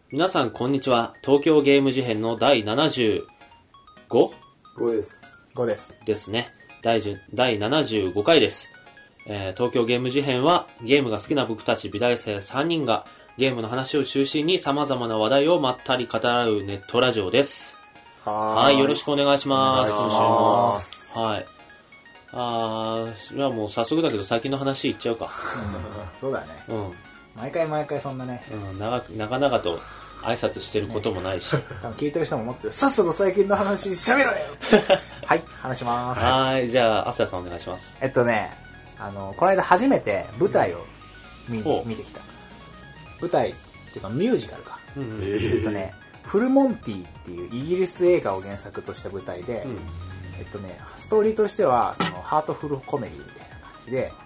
皆さんこんにちは。東京ゲーム事変の第 75? 5です。 5です。 ですね。第75回です。東京ゲーム事変はゲームが好きな僕たち美大生3人がゲームの話を中心に様々な話題をまったり語らうネットラジオです。はい、よろしくお願いします。 お願いします。 はい。じゃあもう早速だけど最近の話いっちゃうか。 そうだね。 うん。 毎回そんなね。 長々と挨拶してることもないし。 多分聞いてる人も思ってる。さっさと最近の話喋ろよはい、話します。 はい、じゃあ、アスヤさんお願いします。 この間初めて舞台を見てきた。舞台っていうかミュージカルか。フルモンティっていうイギリス映画を原作とした舞台で、ストーリーとしてはそのハートフルコメディみたいな感じで、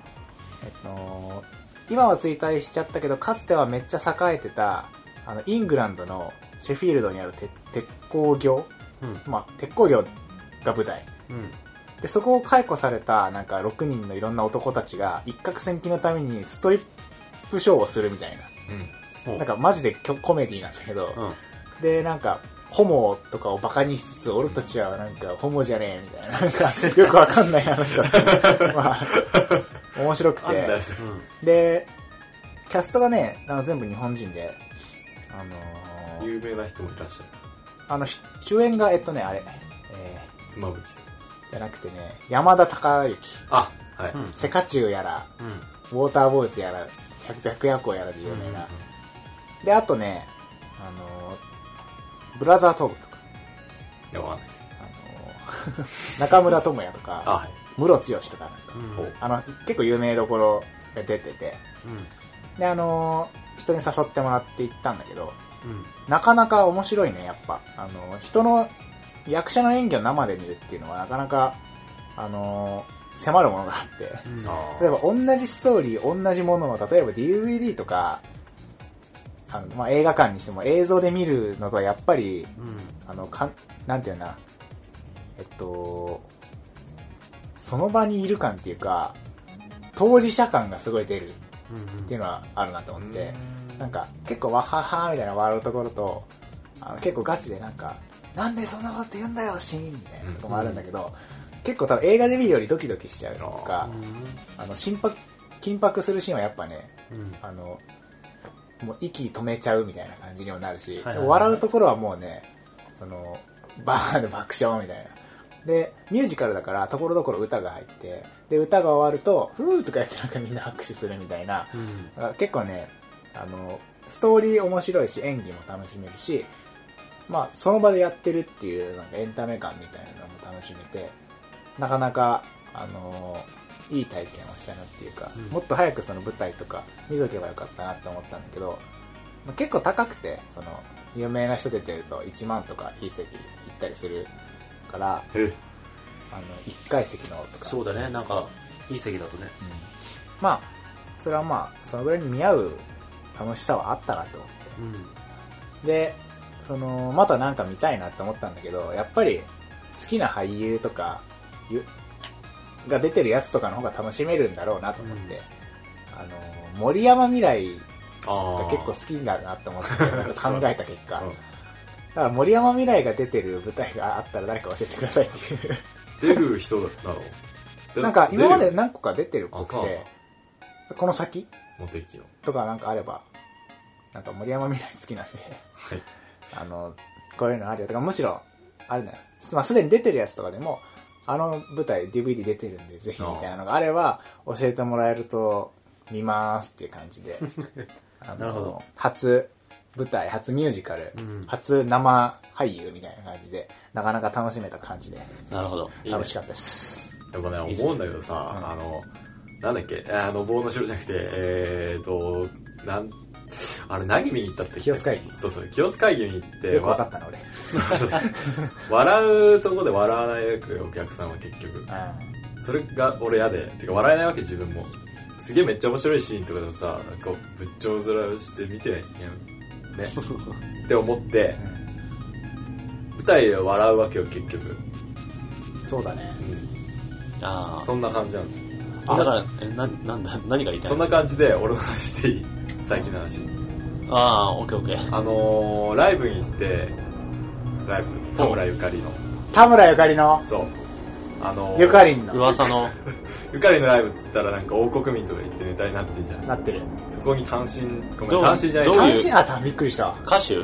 今は衰退しちゃったけどかつてはめっちゃ栄えてたイングランドのシェフィールドにある鉄鋼業、鉄鋼業が舞台、でそこを解雇されたなんか6人のいろんな男たちが一攫千金のためにストリップショーをするみたいな、なんかマジでコメディなんだけど、でなんかホモとかをバカにしつつ俺たちはなんかホモじゃねえみたいな、なんかよくわかんない話だったまあ面白くて、でキャストがね全部日本人で、 有名な人もいらっしゃる。 主演があれ妻夫木さんじゃなくてね、山田孝之、セカチュウやら、ウォーターボーイズやら、百夜行やらで有名な、であとねブラザートムとか、 いやわかんないです。 中村智也とか、ムロツヨシとかなんか、結構有名どころが出てて、で人に誘ってもらって行ったんだけど、なかなか面白いね。やっぱ人の役者の演技を生で見るっていうのはなかなか迫るものがあって、例えば同じストーリー同じものを例えば DVD とか映画館にしても映像で見るのとはやっぱり、なんていうな、その場にいる感っていうか当事者感がすごい出るっていうのはあるなと思って、なんか結構ワッハッハーみたいな笑うところと、結構ガチでなんでそんなこと言うんだよシーンみたいなところもあるんだけど、結構多分映画で見るよりドキドキしちゃうとか、緊迫するシーンはやっぱね、もう息止めちゃうみたいな感じにもなるし、笑うところはもうね、バーンで爆笑みたいな。でミュージカルだからところどころ歌が入って、で歌が終わるとフーとかやってなんかみんな拍手するみたいな、結構ねストーリー面白いし演技も楽しめるし、その場でやってるっていうなんかエンタメ感みたいなのも楽しめて、なかなかいい体験をしたなっていうか、もっと早くその舞台とか見とけばよかったなって思ったんだけど、結構高くて有名な人出てると1万とかいい席行ったりするから1階席のとか、 そうだね、なんかいい席だとね、 それはそのぐらいに見合う楽しさはあったなと思って、でまたなんか見たいなって思ったんだけど、やっぱり好きな俳優とかが出てるやつとかの方が楽しめるんだろうなと思って、森山未来が結構好きだなと思って考えた結果、だから森山未来が出てる舞台があったら誰か教えてくださいっていう出る人なのなんか今まで何個か出てるっぽくて、この先とかなんかあれば、なんか森山未来好きなんで、こういうのあるよとか、むしろあれだよ、すでに出てるやつとかでも舞台 DVD 出てるんでぜひみたいなのがあれば教えてもらえると見ますっていう感じでなるほど。 初舞台、初ミュージカル、初生俳優みたいな感じでなかなか楽しめた感じで、 なるほど、 楽しかったです。 やっぱね、思うんだけどさ、なんだっけ、棒の城じゃなくてあれ何見に行ったって、 清須会議。 そう清須会議見に行ってよく分かったな俺。 笑うとこで笑わないわけよ、お客さんは結局。それが俺嫌で、てか笑えないわけ自分も。すげえめっちゃ面白いシーンとかでもさ、なんかぶっちょう面して見てないといけないねって思って、舞台で笑うわけよ結局。 そうだね。 そんな感じなんです。 だから何が言いたいの？ そんな感じで俺の話していい？最近の話。 ああ、オッケーオッケー。 ライブに行って、ライブ、田村ゆかりの。 田村ゆかりのそう。 ゆかりんの。 噂の。 ゆかりのライブっつったらなんか王国民とか行ってネタになってんじゃん。 なってる。 そこに単身、ごめん、単身じゃない。 単身、びっくりした。 歌手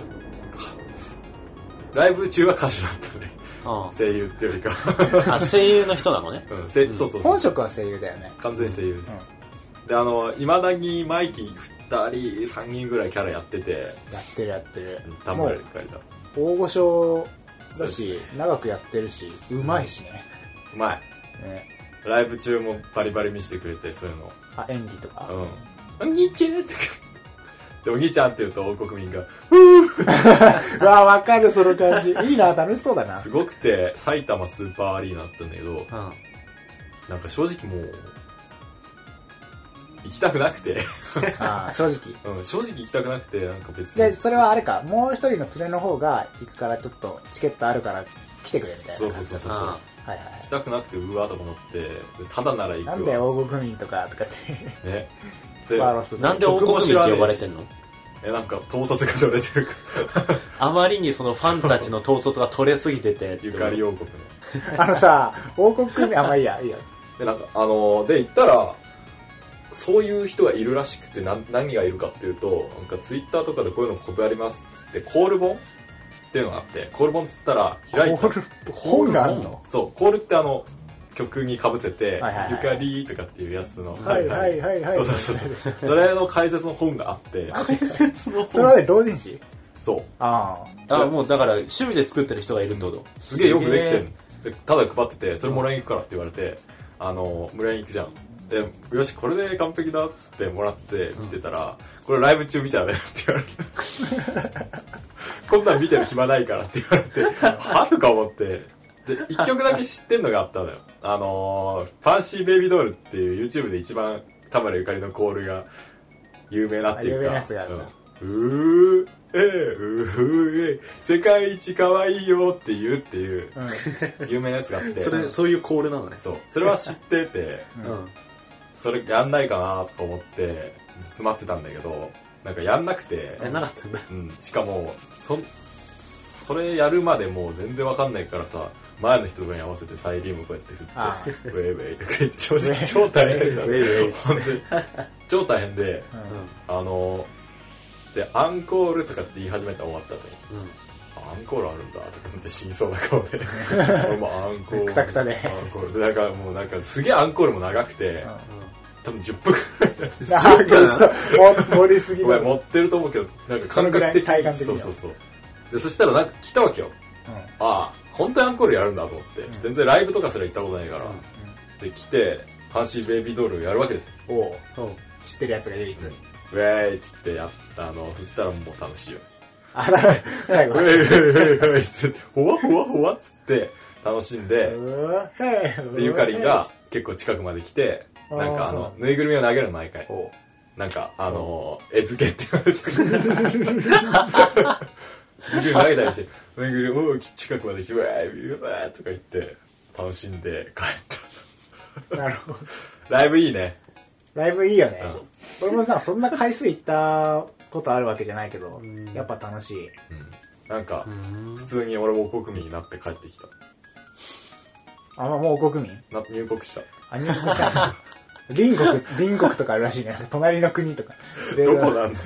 ライブ中は歌手だったね。声優ってよりか。 声優の人なのね。 うん、そうそう。 本職は声優だよね。 完全に声優です。で、未だにマイキー2人、3人ぐらいキャラやってて。 やってる。 田村ゆかりだ。 大御所だし、長くやってるし、うまいしね。 うまい。ね。ライブ中もバリバリ見せてくれて、そういうの。 演技とか。 お兄ちゃんってで、お兄ちゃんって言うと王国民が、 うわ、わかる、その感じ。いいな、楽しそうだな。 すごくて、埼玉スーパーアリーナだったんだけど、なんか正直もう、行きたくなくて。 正直。 正直行きたくなくて、なんか別に。 で、それはあれか、もう一人の連れの方が行くからちょっとチケットあるから来てくれみたいな。 そう。 はいはい。 行きたくなくて、うわーとか思って、ただなら行くわ。 なんで王国民とかって。 ね。 なんで王国民って呼ばれてんの？ なんか盗撮が取れてるかあまりにそのファンたちの統率が取れすぎてて。 ゆかり王国の。さ、王国民、まあいいや。 で、なんか、で、行ったら、そういう人がいるらしくて、何がいるかっていうと、なんかツイッターとかでこういうの配りますっつって、コール本っていうのがあって、コール本っつったら、開いて。 本があるの？ そう、コールって曲に被せて、ゆかりとかっていうやつの、 はい。 そう。それの解説の本があって、 解説の本？ それはね、同人誌？ そう。 もうだから趣味で作ってる人がいるってこと？ すげえよくできてんの。ただ配ってて、それもらいに行くからって言われて、もらいに行くじゃん。で、よし、これで完璧だっつってもらって見てたら、これライブ中見ちゃうねって言われて。こんなん見てる暇ないからって言われて、はとか思って、で、一曲だけ知ってんのがあったのよ。ファンシーベイビードールっていう YouTube で一番田村ゆかりのコールが有名なっていうか。 有名なやつがあるな。 世界一可愛いよって言うっていう有名なやつがあって。 そういうコールなのね。 そう。それは知ってて、それやんないかなとか思ってずっと待ってたんだけど、なんかやんなくて。 なかったんだ。 しかも、それやるまでもう全然わかんないからさ、前の人とかに合わせてサイリウムこうやって振って、ウェイウェイとか言って正直超大変だ。 ウェイウェイ。 本当に超大変で、で、アンコールとかって言い始めたら終わった後に、アンコールあるんだとか思って死にそうな顔で、俺もアンコール。 くたくたで。 アンコール。で、なんかすげえアンコールも長くて、多分10分くらい。 盛りすぎだ。 ごめん、持ってると思うけど、なんか感覚的に。 体感的に。 そう。で、そしたらなんか来たわけよ。本当にアンコールやるんだと思って、全然ライブとかすら行ったことないから、で、来て、ファンシーベイビードールをやるわけです。 知ってるやつが唯一。 ウェーイっつってやった、そしたらもう楽しいよ。 最後。 ウェーイっつって、ほわっつって楽しんで、で、ゆかりが結構近くまで来て、なんかぬいぐるみを投げるの毎回。なんか、餌付けって言われて。ぬいぐるみ投げたりして、ぬいぐるみ近くまで来て、ウェーイとか言って楽しんで帰った。 なるほど。 ライブいいね。 ライブいいよね。俺もさ、そんな回数行ったことあるわけじゃないけど、やっぱ楽しい。 なんか、普通に俺も王国民になって帰ってきた。 もう王国民？ 入国した。 入国した。隣国とかあるらしいね。隣の国とか。 どこなんだ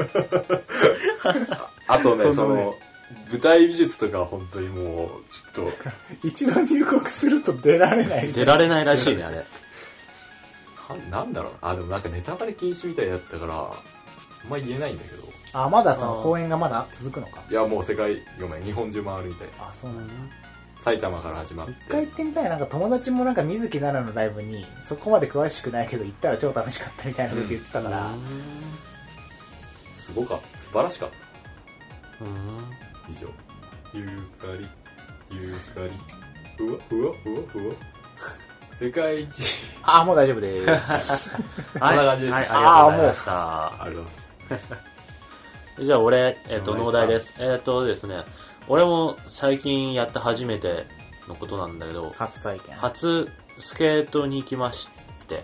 あとね、舞台美術とか本当にもう、ちょっと。 一度入国すると出られない。 出られないらしいね、あれ。 なんだろう。でもなんかネタバレ禁止みたいだったから、あんま言えないんだけど。 まだその公演がまだ続くのか。 いや、もう日本中回るみたいです。 そうなんだ。 埼玉から始まって。 一回行ってみたい。なんか友達もなんか水木奈々のライブに、そこまで詳しくないけど行ったら超楽しかったみたいなこと言ってたから。 すごかった。素晴らしかった。以上。ゆかり。ふわ。世界一。 もう大丈夫です。 こんな感じです。 はい、ありがとうございました。 ありがとうございます。 じゃあ俺、農大です。ですね、俺も最近やって初めてのことなんだけど、 初体験。 初スケートに行きまして。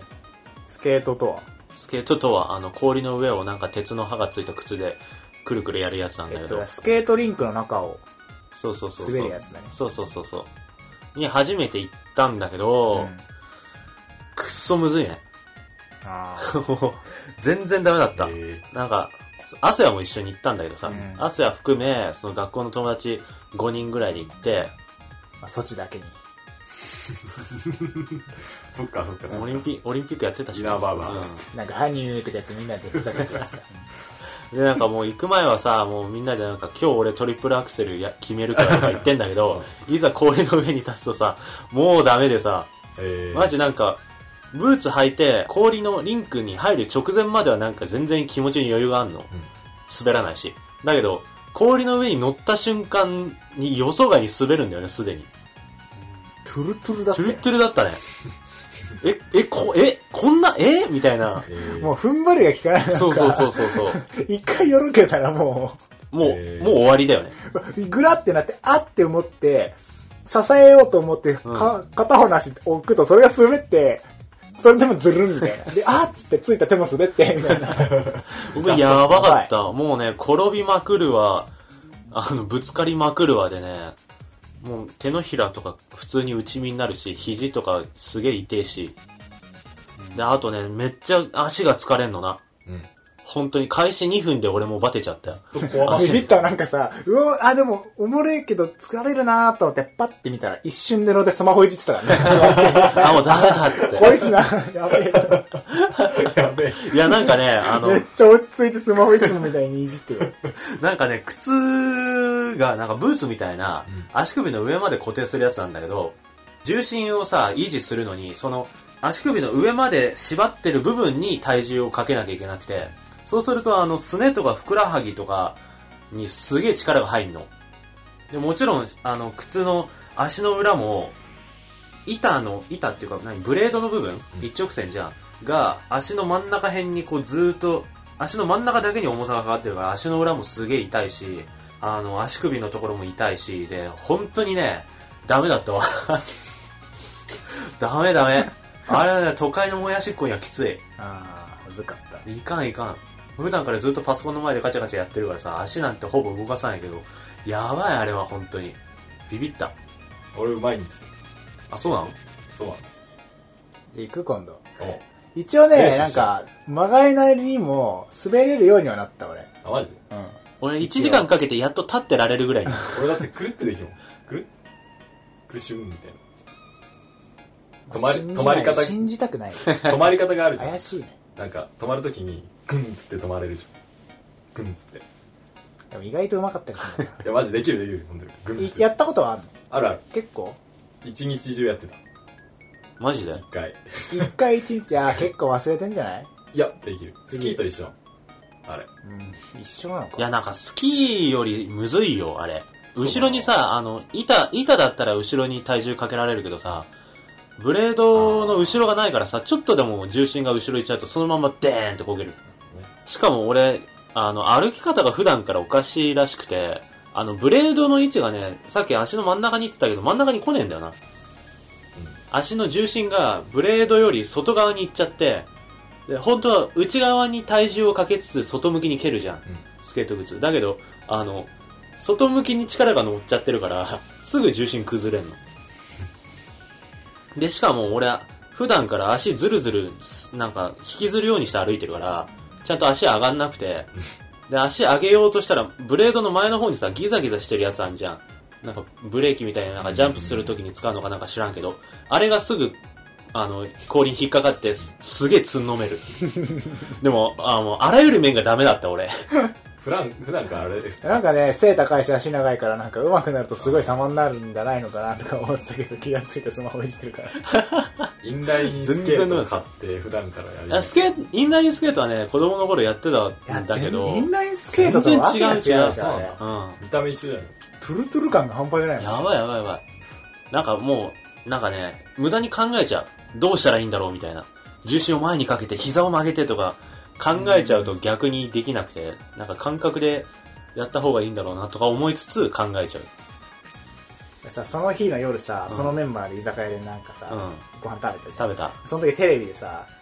スケートとは氷の上をなんか鉄の刃がついた靴でくるくるやるやつなんだけど。 スケートリンクの中をそうそうそう。 滑るやつだね。 そうそうそうそう。に初めて行ったんだけど、くっそむずいね。もう、全然ダメだった。なんか、アスヤも一緒に行ったんだけどさ、アスヤ含め、その学校の友達5人ぐらいで行って、 ソチだけに。 そっかそっかそっか。 オリンピックやってたし、 イナーバーバー。なんか、ハニューとかやってみんなでふざけてました。 で、なんかもう行く前はさ、もうみんなでなんか今日俺トリプルアクセル決めるからとか言ってんだけど、いざ氷の上に立つとさ、もうダメでさ、マジなんか、ブーツ履いて氷のリンクに入る直前まではなんか全然気持ちに余裕があんの。滑らないし。だけど、氷の上に乗った瞬間に予想外に滑るんだよね、すでに。 トゥルトゥルだった。 トゥルトゥルだったね。こんな、みたいな。 もう踏ん張りが効かない。 そうそうそうそう。 一回よろけたらもう終わりだよね。 ぐらってなって、あって思って、支えようと思って、片方の足置くと、それが滑って、それでもずるんみたいな。で、あっつってついた手も滑って、みたいな。 僕やばかった。もうね、転びまくるわ、ぶつかりまくるわでね、もう手のひらとか普通に内身になるし、肘とかすげえ痛えし。で、あとね、めっちゃ足が疲れんのな。本当に開始2分で俺もバテちゃったよ。 ビビったなんかさ、でも、おもれえけど疲れるなーと思ってパッて見たら一瞬でのでスマホいじってたからね。 もうダメだっつって。 こいつな、やべえ。 やべえ。 いやなんかね、 めっちゃ落ち着いてスマホいつもみたいにいじってる。 なんかね、靴がなんかブーツみたいな足首の上まで固定するやつなんだけど、重心をさ、維持するのに、その足首の上まで縛ってる部分に体重をかけなきゃいけなくて、そうするとすねとかふくらはぎとかにすげえ力が入んの。でもちろん靴の足の裏も板っていうかブレードの部分、一直線じゃんが足の真ん中辺にこうずーっと足の真ん中だけに重さがかかってるから足の裏もすげえ痛いし、足首のところも痛いしで本当にねダメだったわ。ダメ。あれはね、都会のもやしっこにはきつい。 むずかった。 いかん。普段からずっとパソコンの前でガチャガチャやってるからさ、足なんてほぼ動かさないけど、やばいあれは本当に。ビビった。 俺うまいんですよ。 あ、そうなの？ そうなんです。 じゃあ行く今度。一応ね、なんか、まがいなりにも滑れるようにはなった俺。 あ、マジで？ 俺1時間かけてやっと立ってられるぐらい。 俺だってくるってできるもん。くるしゅんみたいな。止まり方。 信じたくない。 止まり方があるじゃん。 怪しいね。 なんか、止まるときに、グンつって止まれるじゃん。グンつって。 でも意外とうまかったりするんだいや、マジできる、本当に。 やったことはあるの？ ある。 結構？ 一日中やってた。 マジで？ 一回一日、結構忘れてんじゃない？ いや、できる。スキーと一緒。あれ。 一緒なのか。 いや、なんかスキーよりむずいよ、あれ。後ろにさ、板だったら後ろに体重かけられるけどさ、ブレードの後ろがないからさ、ちょっとでも重心が後ろ行っちゃうとそのままデーンってこける。しかも俺、歩き方が普段からおかしいらしくて、ブレードの位置がね、さっき足の真ん中にって言ったけど、真ん中に来ねえんだよな。足の重心がブレードより外側に行っちゃって、で本当は内側に体重をかけつつ外向きに蹴るじゃん。スケート靴。だけど、外向きに力が乗っちゃってるから、すぐ重心崩れんの。で、しかも俺、普段から足ずるずる、なんか、引きずるようにして歩いてるから、ちゃんと足上がんなくて、で、足上げようとしたら、ブレードの前の方にさ、ギザギザしてるやつあんじゃん。なんか、ブレーキみたいな、なんかジャンプするときに使うのかなんか知らんけど、あれがすぐ、氷に引っかかって、すげえつんのめる。でも、もう、あらゆる面がダメだった、俺。 普段からあれですか？ なんかね、背高いし足長いからなんか上手くなるとすごい様になるんじゃないのかなとか思ってたけど、気がついてスマホいじってるから。 インラインスケート買って普段からやる。 インラインスケートはね、子供の頃やってたんだけど。 インラインスケートとは全然違う。 見た目一緒じゃない。 トゥルトゥル感が半端じゃないもん。 やばい。なんかもう、なんかね、無駄に考えちゃう。どうしたらいいんだろうみたいな。重心を前にかけて膝を曲げてとか、考えちゃうと逆にできなくて、なんか感覚でやった方がいいんだろうなとか思いつつ考えちゃう。 さ、その日の夜さ、そのメンバーで居酒屋でなんかさ、ご飯食べたじゃん。 食べた。 その時テレビでさ、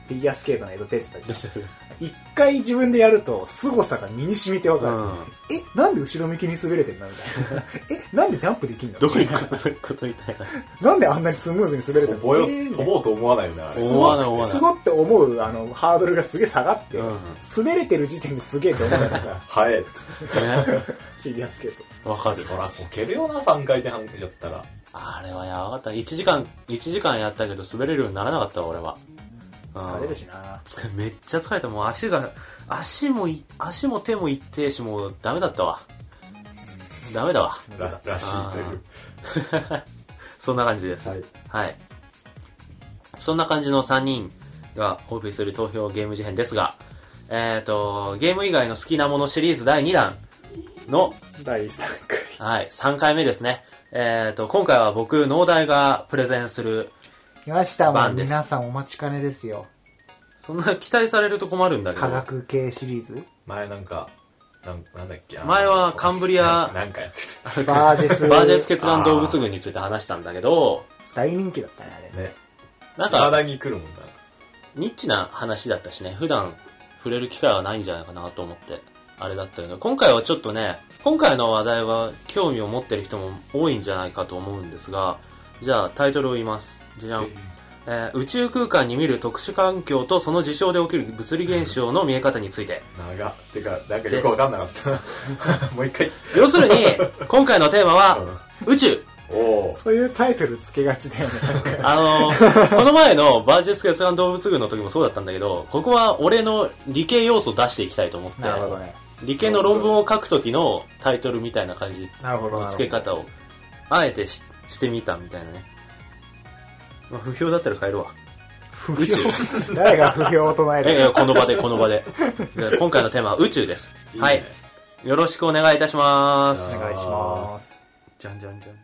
フィギュアスケートの江戸出てたじゃん。一回自分でやると凄さが身に染みてわかる、なんで後ろ向きに滑れてんのみたいななんでジャンプできんのどういうことみたいな。なんであんなにスムーズに滑れてんの飛ぼうと思わないよね、あれ。 すごって思うハードルがすげえ下がって、滑れてる時点ですげえって思うのが早い。 フィギュアスケート。 わかる。 そら、こけるよな、3回転半やったら。 あれはやばかった。1時間やったけど滑れるようにならなかったわ、俺は。 疲れるしな。 めっちゃ疲れた。もう足も手も一定し、もうダメだったわ。ダメだわ。 らしいという。 そんな感じです。はい。そんな感じの3人がお送りする投票ゲーム事変ですが、ゲーム以外の好きなものシリーズ第2弾の第3回。 はい、3回目ですね。今回は僕、農大がプレゼンする来ましたもん、皆さんお待ちかねですよ。 そんな期待されると困るんだけど。 科学系シリーズ前なんだっけ、 前はカンブリアなんかやってたバージェス結団動物群について話したんだけど、 大人気だったね、あれね。 なんか体に来るもんだ。 ニッチな話だったしね、普段触れる機会はないんじゃないかなと思ってあれだったけど、今回はちょっとね、今回の話題は興味を持ってる人も多いんじゃないかと思うんですが、じゃあタイトルを言います。じゃん。宇宙空間に見る特殊環境とその事象で起きる物理現象の見え方について。 てか、なんかよくわかんなかったもう一回。 要するに、今回のテーマは、宇宙。 そういうタイトルつけがちだよね。 この前のバージェス結団動物群の時もそうだったんだけど、ここは俺の理系要素を出していきたいと思って、 なるほどね。 理系の論文を書く時のタイトルみたいな感じの付け方を、あえてしてみたみたいなね。まあ、不評だったら変えるわ。 宇宙誰が不評を唱えるこの場で。今回のテーマは宇宙です。いいね、はい。よろしくお願いいたします。 お願いします。 じゃんじゃんじゃんじゃん。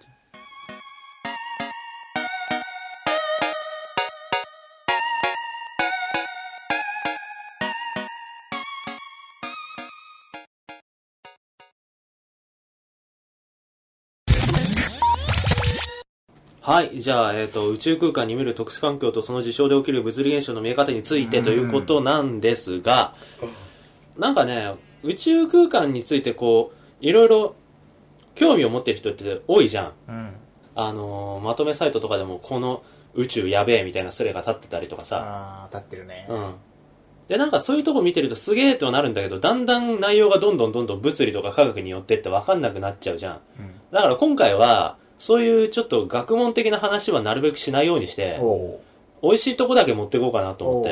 はい。じゃあ、宇宙空間に見る特殊環境とその事象で起きる物理現象の見え方についてということなんですが、なんかね、宇宙空間についてこう、いろいろ興味を持ってる人って多いじゃん。まとめサイトとかでもこの宇宙やべえみたいなスレが立ってたりとかさ。 立ってるね。 で、なんかそういうとこ見てるとすげえとはなるんだけど、だんだん内容がどんどん物理とか科学によってって分かんなくなっちゃうじゃん。だから今回は、そういうちょっと学問的な話はなるべくしないようにして、美味しいとこだけ持っていこうかなと思って。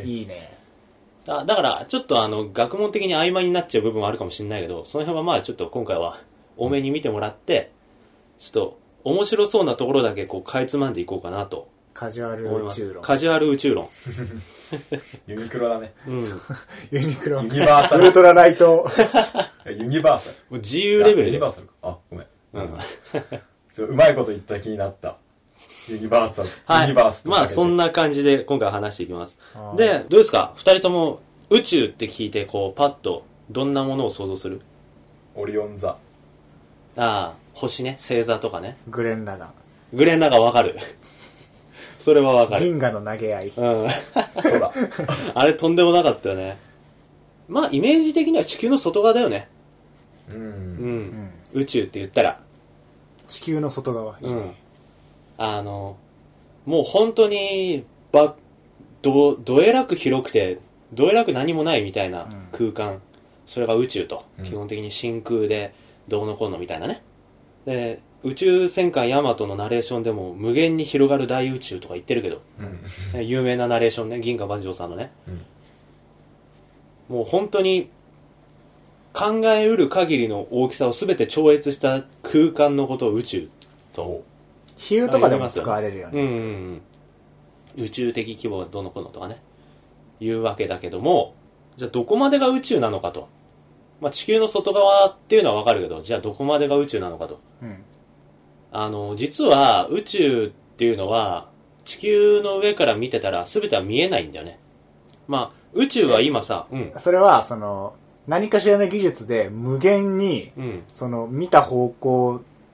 いいね。 だからちょっと学問的に曖昧になっちゃう部分はあるかもしれないけど、その辺はまあちょっと今回は多めに見てもらって、ちょっと面白そうなところだけこうかいつまんでいこうかなと。 カジュアル宇宙論。 カジュアル宇宙論。 ユニクロだね。 ユニクロ。 ユニバーサル。 ウルトラライト。 ユニバーサル。 もう自由レベルで。 ユニバーサルか。あ、ごめん。うまいこと言った気になった。ユニバーサル。 はい。 ユニバースまあそんな感じで今回話していきます。で、どうですか？二人とも宇宙って聞いてこうパッとどんなものを想像する？ オリオン座。 星ね。星座とかね。 グレンラガン。 グレンラガンわかる。それはわかる。 銀河の投げ合い。 空。 あれとんでもなかったよね。まあイメージ的には地球の外側だよね。宇宙って言ったら。 地球の外側。 もう本当に、どえらく広くて、どえらく何もないみたいな空間。それが宇宙と。基本的に真空で、どうのこうのみたいなね。で、宇宙戦艦ヤマトのナレーションでも無限に広がる大宇宙とか言ってるけど、有名なナレーションね、銀河万丈さんのね。もう本当に、考えうる限りの大きさを全て超越した空間のことを宇宙と。 比喩とかでも使われるよね。 宇宙的規模がどのこのとかね。いうわけだけども、じゃあどこまでが宇宙なのかと。まあ地球の外側っていうのはわかるけど、じゃあどこまでが宇宙なのかと。実は宇宙っていうのは、地球の上から見てたら全ては見えないんだよね。まあ宇宙は今さ、 それは何かしらの技術で無限に、その見た方向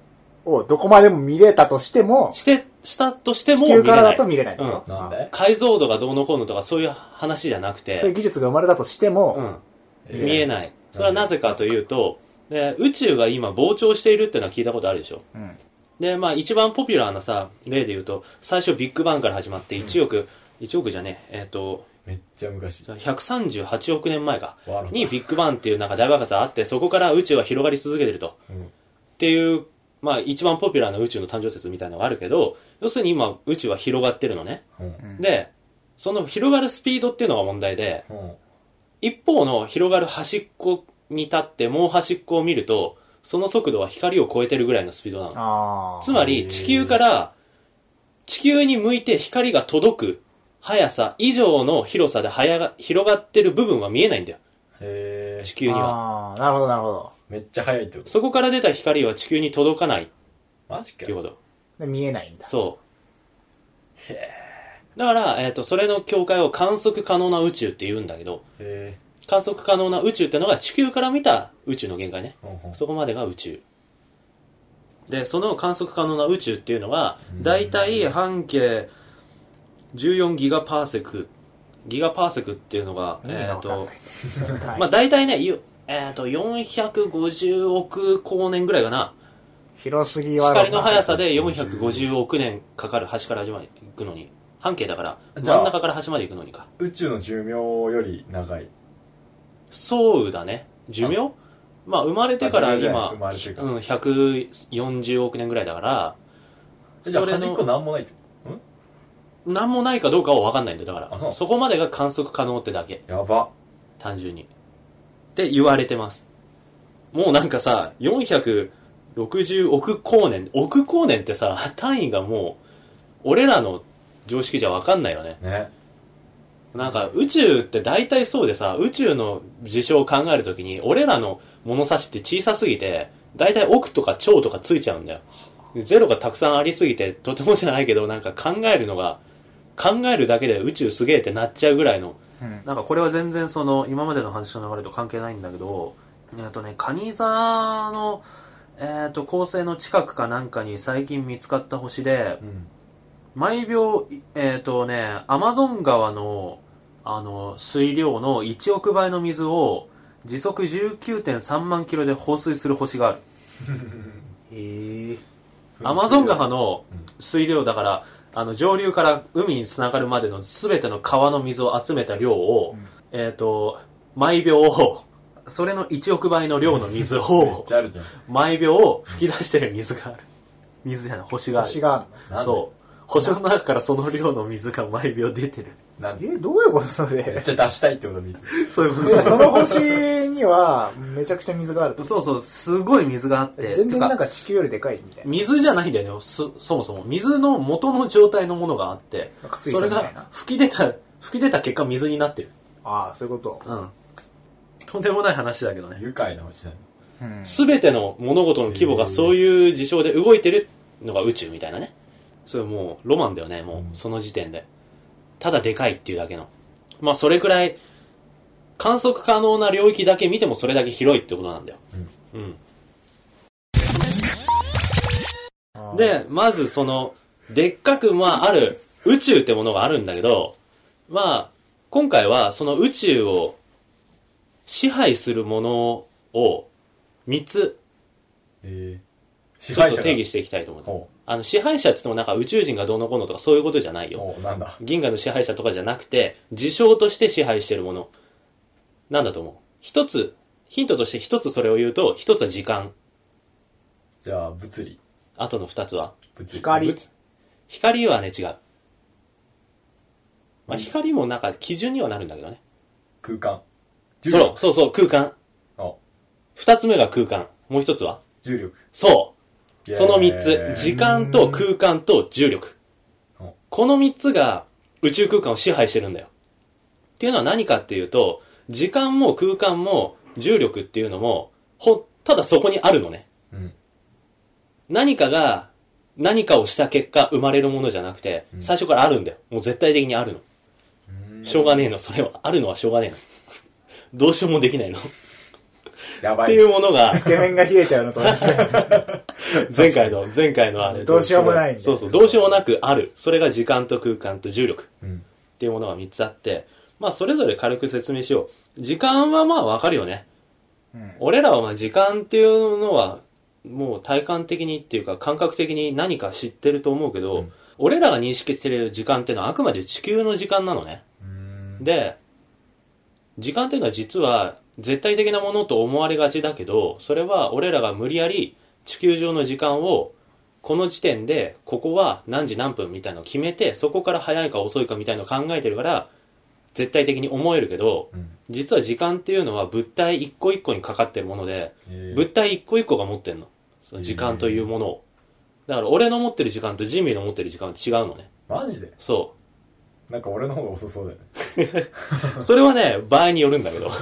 をどこまでも見れたとしても、 したとしても地球からだと見れないんだうん。 よ。 なんで解像度がどうのこうのとかそういう話じゃなくて、 そういう技術が生まれたとしても、 見えない。それはなぜかというと、宇宙が今膨張しているっていうのは聞いたことあるでしょ。で、まあ一番ポピュラーなさ、例で言うと、最初ビッグバンから始まって1億じゃねえ、 めっちゃ昔。 138億年前か。にビッグバンっていうなんか大爆発があって、そこから宇宙は広がり続けてると。っていう、まあ一番ポピュラーな宇宙の誕生説みたいなのがあるけど、要するに今宇宙は広がってるのね。で、その広がるスピードっていうのが問題で、一方の広がる端っこに立ってもう端っこを見ると、その速度は光を超えてるぐらいのスピードなの。つまり地球から地球に向いて光が届く速さ以上の広さで広がってる部分は見えないんだよ。地球には。 なるほどなるほど。 めっちゃ速いってこと？ そこから出た光は地球に届かない。 マジか。 っていうこと。 で見えないんだ。 そう。だから、それの境界を観測可能な宇宙って言うんだけど、観測可能な宇宙ってのが地球から見た宇宙の限界ね。そこまでが宇宙。で、その観測可能な宇宙っていうのが、だいたい半径14ギガパーセク。ギガパーセクっていうのが、まあだいたいね、450億光年ぐらいかな。 広すぎは光の速さで450億年かかる、端から端まで行くのに。半径だから、真ん中から端まで行くのにか。 宇宙の寿命より長い。 そうだね。寿命？まあ生まれてから今、140億年ぐらいだから、 じゃあ端っこなんもないってなんもないかどうかは分かんないんだよ。だから、そこまでが観測可能ってだけ。 やば。 単純に。って言われてます。もうなんかさ、460億光年、億光年ってさ、単位がもう、俺らの常識じゃ分かんないよね。 ね。 なんか宇宙って大体そうでさ、宇宙の事象を考えるときに、俺らの物差しって小さすぎて、大体億とか兆とかついちゃうんだよ。ゼロがたくさんありすぎて、とてもじゃないけど、なんか考えるだけで宇宙すげえってなっちゃうぐらいの、なんかこれは全然その、今までの話の流れと関係ないんだけど、蟹座の、恒星の近くかなんかに最近見つかった星で、毎秒、アマゾン川の、水量の1億倍の水を時速 19.3 万キロで放水する星がある。アマゾン川の水量だから、上流から海に繋がるまでの全ての川の水を集めた量を、毎秒、それの1億倍の量の水を、毎秒吹き出してる水がある。水じゃない、星がある。 星があるの？ そう。星の中からその量の水が毎秒出てる。 どういうことそれ？ めっちゃ出したいってこと水。 そういうこと。 その星にはめちゃくちゃ水がある。 そうそう、すごい水があって。 全然なんか地球よりでかいみたいな。 水じゃないんだよね、そもそも。水の元の状態のものがあって、それが吹き出た結果水になってる。 ああ、そういうこと。 うん。とんでもない話だけどね。 愉快な星だね。すべての物事の規模がそういう事象で動いてるのが宇宙みたいなね。それもうロマンだよね、もうその時点で。ただでかいっていうだけの。まあそれくらい観測可能な領域だけ見てもそれだけ広いってことなんだよ。で、まずそのでっかくある宇宙ってものがあるんだけど、まあ今回はその宇宙を支配するものを3つちょっと定義していきたいと思う。支配者って言ってもなんか宇宙人がどうのこうのとかそういうことじゃないよ。 なんだ。 銀河の支配者とかじゃなくて、事象として支配してるもの。なんだと思う？一つ、ヒントとして一つそれを言うと、一つは時間。 じゃあ、物理。 あとの二つは光。 光はね、違う。まあ、光もなんか基準にはなるんだけどね。 空間。 そう、空間。二つ目が空間。もう一つは重力。 そう。その三つ。時間と空間と重力。この三つが宇宙空間を支配してるんだよ。っていうのは何かっていうと、時間も空間も重力っていうのも、ただそこにあるのね。何かが何かをした結果生まれるものじゃなくて、最初からあるんだよ。もう絶対的にあるの。しょうがねえの、それは。あるのはしょうがねえの。どうしようもできないの。 やばい。 っていうものが。 つけ麺が冷えちゃうのと同じだよ。 前回のあれ。 どうしようもないんで。 そうそう、どうしようもなくある。それが時間と空間と重力。 うん。 っていうものが3つあって、まあそれぞれ軽く説明しよう。時間はまあわかるよね。うん、俺らはまあ時間っていうのは、もう体感的にっていうか感覚的に何か知ってると思うけど、うん、俺らが認識してる時間っていうのはあくまで地球の時間なのね。で、時間っていうのは実は絶対的なものと思われがちだけど、それは俺らが無理やり地球上の時間をこの時点でここは何時何分みたいなのを決めて、そこから早いか遅いかみたいなのを考えてるから絶対的に思えるけど、うん、実は時間っていうのは物体一個一個にかかってるもので、物体一個一個が持ってんの。その時間というものを。だから俺の持ってる時間とジミーの持ってる時間は違うのね。 マジで？ そう。 なんか俺の方が遅そうだよね。 それはね、場合によるんだけど。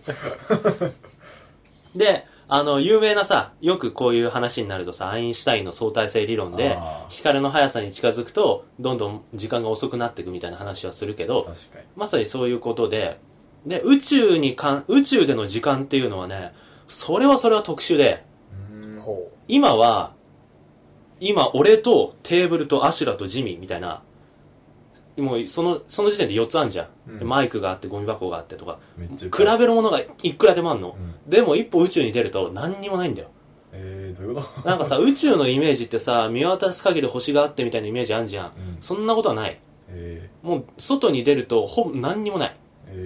で、有名なさ、よくこういう話になるとさ、アインシュタインの相対性理論で、光の速さに近づくと、どんどん時間が遅くなっていくみたいな話はするけど、まさにそういうことで、で、宇宙での時間っていうのはね、それは特殊で、今、俺とテーブルとアシュラとジミーみたいな、もうその時点で4つあるじゃん、うん、マイクがあってゴミ箱があってとか比べるものがいくらでもあるの、うん、でも一歩宇宙に出ると何にもないんだよ。 どういうことなんかさ宇宙のイメージってさ見渡す限り星があってみたいなイメージあるじゃん、うん、そんなことはない、もう外に出ると何にもない、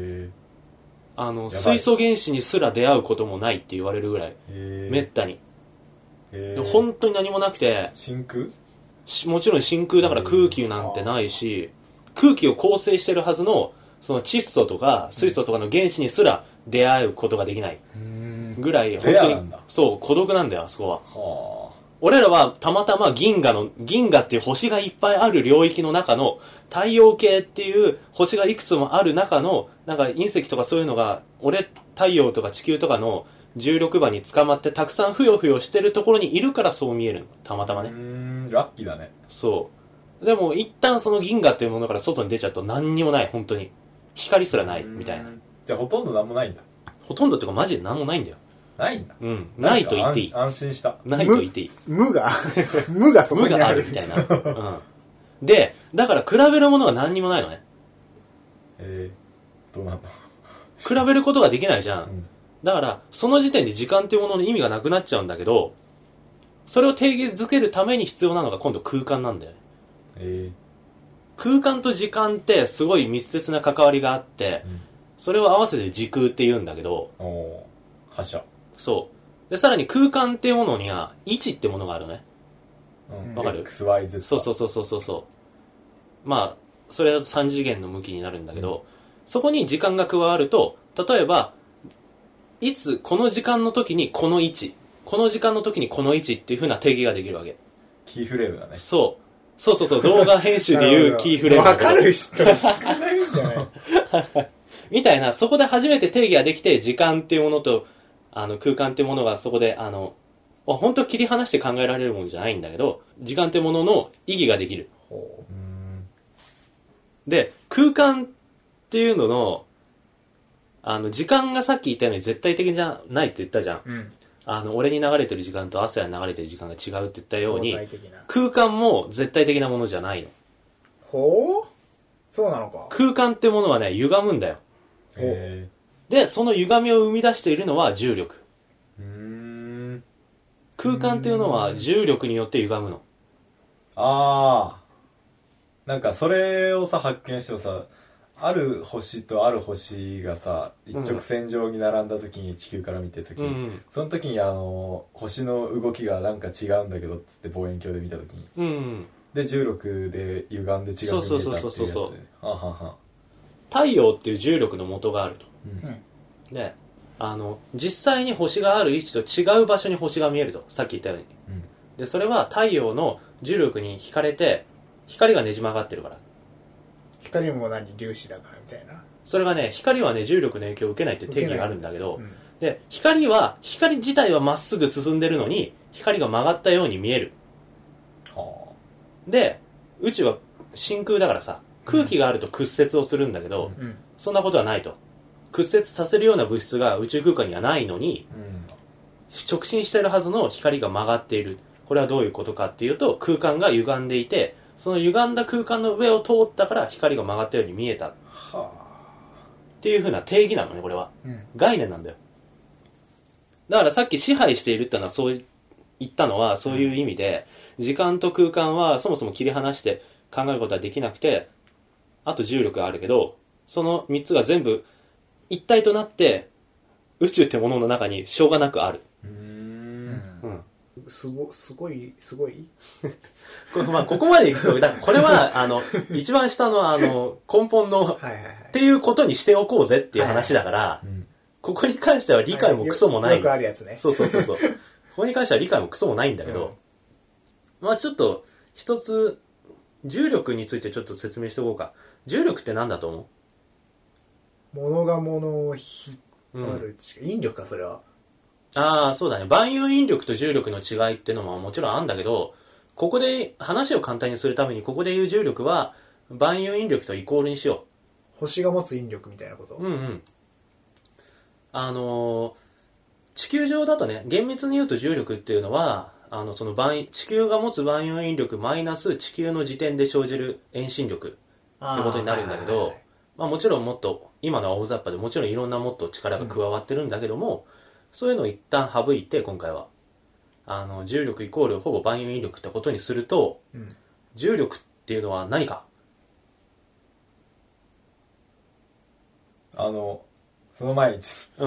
水素原子にすら出会うこともないって言われるぐらい、めったに、本当に何もなくて真空？ もちろん真空だから空気なんてないし、空気を構成してるはずのその窒素とか水素とかの原子にすら出会うことができないぐらい本当にそう孤独なんだよ、あそこは。俺らはたまたま銀河っていう星がいっぱいある領域の中の太陽系っていう星がいくつもある中のなんか隕石とかそういうのが太陽とか地球とかの重力場に捕まってたくさんふよふよしてるところにいるからそう見えるの、たまたまね。 ラッキーだね。 そうでも一旦その銀河っていうものから外に出ちゃうと何にもない、本当に光すらないみたいな。 じゃあほとんど何もないんだ。 ほとんどっていうかマジで何もないんだよ。 ないんだ。 うん、ないと言っていい。 安心した。 ないと言っていい。 無がそこにあるみたいな、うん、でだから比べるものが何にもないのね。 どうなんだ。 比べることができないじゃん、うん、だからその時点で時間っていうものの意味がなくなっちゃうんだけど、それを定義づけるために必要なのが今度空間なんだよね。空間と時間ってすごい密接な関わりがあって、うん、それを合わせて時空って言うんだけど、 覇者。 そうでさらに空間っていうものには位置ってものがあるね。わかる？ XYZ。 そうまあそれだと3次元の向きになるんだけど、うん、そこに時間が加わると、例えばいつこの時間の時にこの位置、この時間の時にこの位置っていう風な定義ができるわけ。 キーフレームだね。 そう動画編集でいうキーフレーム。 わかる人少ないんじゃないみたいな、そこで初めて定義ができて、時間っていうものと空間っていうものがそこで本当切り離して考えられるものじゃないんだけど、時間っていうものの意義ができる。で空間っていうのの時間がさっき言ったように絶対的じゃないって言ったじゃん、うん、俺に流れてる時間と朝に流れてる時間が違うって言ったように、空間も絶対的なものじゃないの。 ほう、そうなのか。 空間ってものはね歪むんだよ。でその歪みを生み出しているのは重力。空間っていうのは重力によって歪むの。 なんかそれをさ発見してもさ、ある星とある星がさ一直線上に並んだ時に、地球から見てる時に、うん、その時に星の動きがなんか違うんだけどっつって望遠鏡で見た時に、うん、で重力で歪んで違う見えたっていうやつで、 太陽っていう重力の元があると、うん、で実際に星がある位置と違う場所に星が見えると、さっき言ったように、うん、でそれは太陽の重力に惹かれて光がねじ曲がってるから。 光も粒子だからみたいな。 それがね、光はね重力の影響を受けないって定義があるんだけど、うん、で光自体はまっすぐ進んでるのに光が曲がったように見える。で宇宙は真空だからさ、空気があると屈折をするんだけど、うん、そんなことはないと。屈折させるような物質が宇宙空間にはないのに、うん、直進してるはずの光が曲がっている。 これはどういうことかっていうと、空間が歪んでいて、その歪んだ空間の上を通ったから光が曲がったように見えた。っていう風な定義なのね、これは。概念なんだよ。だからさっき支配しているってのはそう言ったのはそういう意味で、時間と空間はそもそも切り離して考えることはできなくて、あと重力があるけど、その3つが全部一体となって宇宙ってものの中にしょうがなくある。 すごいここまでいくと、だからこれは一番下の根本のっていうことにしておこうぜっていう話だから、ここに関しては理解もクソもない。 よくあるやつね。 そう。ここに関しては理解もクソもないんだけど、まあちょっと一つ重力についてちょっと説明しておこうか。重力って何だと思う？ 物が物を引っ張る力、引力かそれは。 ああ、そうだね。万有引力と重力の違いっていうのももちろんあるんだけど、ここで話を簡単にするためにここで言う重力は万有引力とイコールにしよう。星が持つ引力みたいなこと。 地球上だとね、厳密に言うと重力っていうのは、その地球が持つ万有引力マイナス地球の時点で生じる遠心力ってことになるんだけど、まあもちろんもっと、今のは大雑把でもちろんいろんなもっと力が加わってるんだけども、そういうのを一旦省いて今回は、重力イコールほぼ万有引力ってことにすると、重力っていうのは何か？ その前に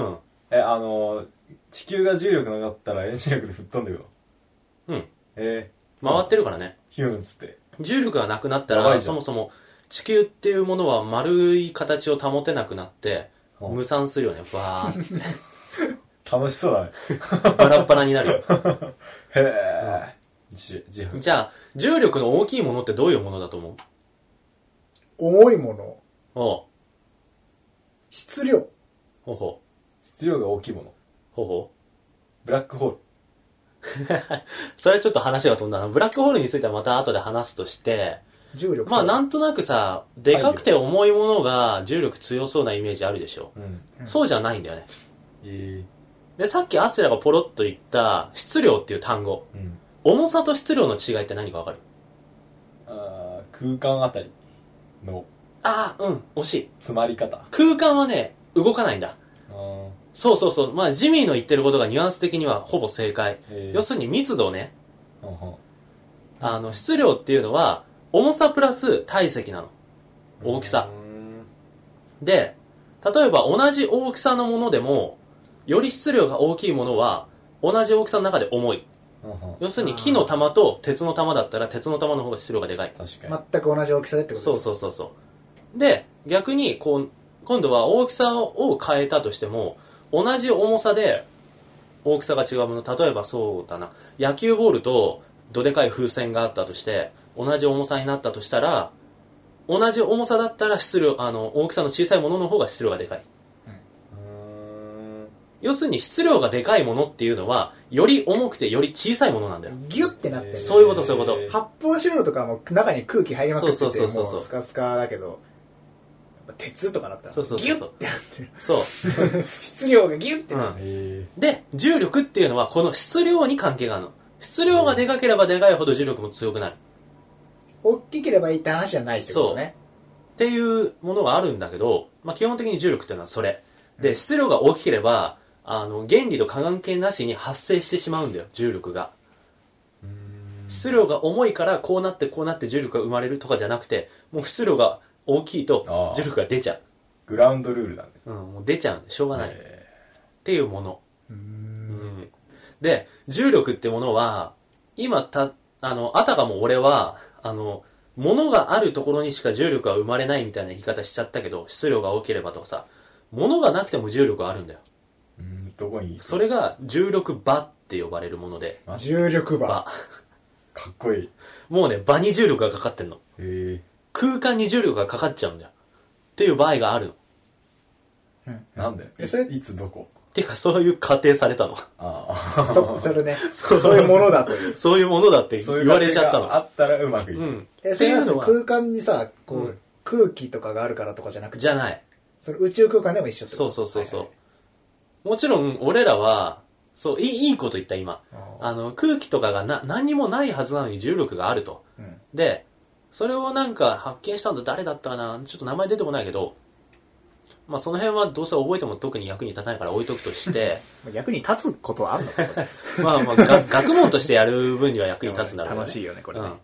地球が重力なかったら遠心力で吹っ飛んでくの？ 回ってるからね。 ヒューンっつって。 重力がなくなったら、そもそも地球っていうものは丸い形を保てなくなって、無散するよね、バーって。 楽しそうだね。 バラッバラになるよ。 へぇじゃあ、重力の大きいものってどういうものだと思う？ 重いもの。質量。 質量が大きいもの。ブラックホール。 それはちょっと話が飛んだな。ブラックホールについてはまた後で話すとして、 重力。 まあなんとなくさ、でかくて重いものが重力強そうなイメージあるでしょ。そうじゃないんだよね。で、さっきアスラがポロッと言った質量っていう単語。重さと質量の違いって何かわかる？ 空間あたりの。 惜しい。 詰まり方。 空間はね、動かないんだ。そう。まあ、ジミーの言ってることがニュアンス的にはほぼ正解。要するに密度ね。質量っていうのは、重さプラス体積なの。大きさ。で、例えば同じ大きさのものでも、より質量が大きいものは、同じ大きさの中で重い。要するに木の玉と鉄の玉だったら、鉄の玉の方が質量がでかい。 確かに。 全く同じ大きさでってことですか？ そう。で、逆に、今度は大きさを変えたとしても、同じ重さで大きさが違うもの、例えばそうだな、野球ボールとどでかい風船があったとして、同じ重さになったとしたら、同じ重さだったら質量、大きさの小さいものの方が質量がでかい。要するに質量がでかいものっていうのは、より重くてより小さいものなんだよ。 ギュッてなってる。 そういうこと。発泡スチロールとかも中に空気入りまくってて、もうスカスカだけど、鉄とかだったらギュッてなってる。質量がギュッてなってる。 で、重力っていうのはこの質量に関係があるの。質量がでかければでかいほど重力も強くなる。 大きければいいって話じゃないってことね。 っていうものがあるんだけど、まあ、基本的に重力っていうのはそれ。で、質量が大きければ、原理と関係なしに発生してしまうんだよ、重力が。質量が重いからこうなって重力が生まれるとかじゃなくて、もう質量が大きいと重力が出ちゃう。 グラウンドルールだね。 もう出ちゃうんでしょうがない。っていうもの。で、重力ってものは、今あたかも俺は、物があるところにしか重力は生まれないみたいな言い方しちゃったけど、質量が大きければとかさ、物がなくても重力があるんだよ。 どこに？ それが重力場って呼ばれるもので。 重力場。 かっこいい。 もうね、場に重力がかかってんの。空間に重力がかかっちゃうんだよ。っていう場合があるの。なんで？いつどこ？ っていうか、そういう仮定されたの。 それね。そういうものだという。 そういうものだって言われちゃったの。 あったらうまくいく。 それは空間にさ、空気とかがあるからとかじゃなくて。 じゃない。 それ宇宙空間でも一緒ってこと？ そう。もちろん、俺らは、 そう、いいこと言った今。空気とかが何にもないはずなのに重力があると。で、それをなんか発見したんだ、誰だったかな、ちょっと名前出てこないけど、まあその辺はどうせ覚えても特に役に立たないから置いとくとして、 役に立つことはあるのかまあまあ学問としてやる分には役に立つんだろうね。 楽しいよね、これね。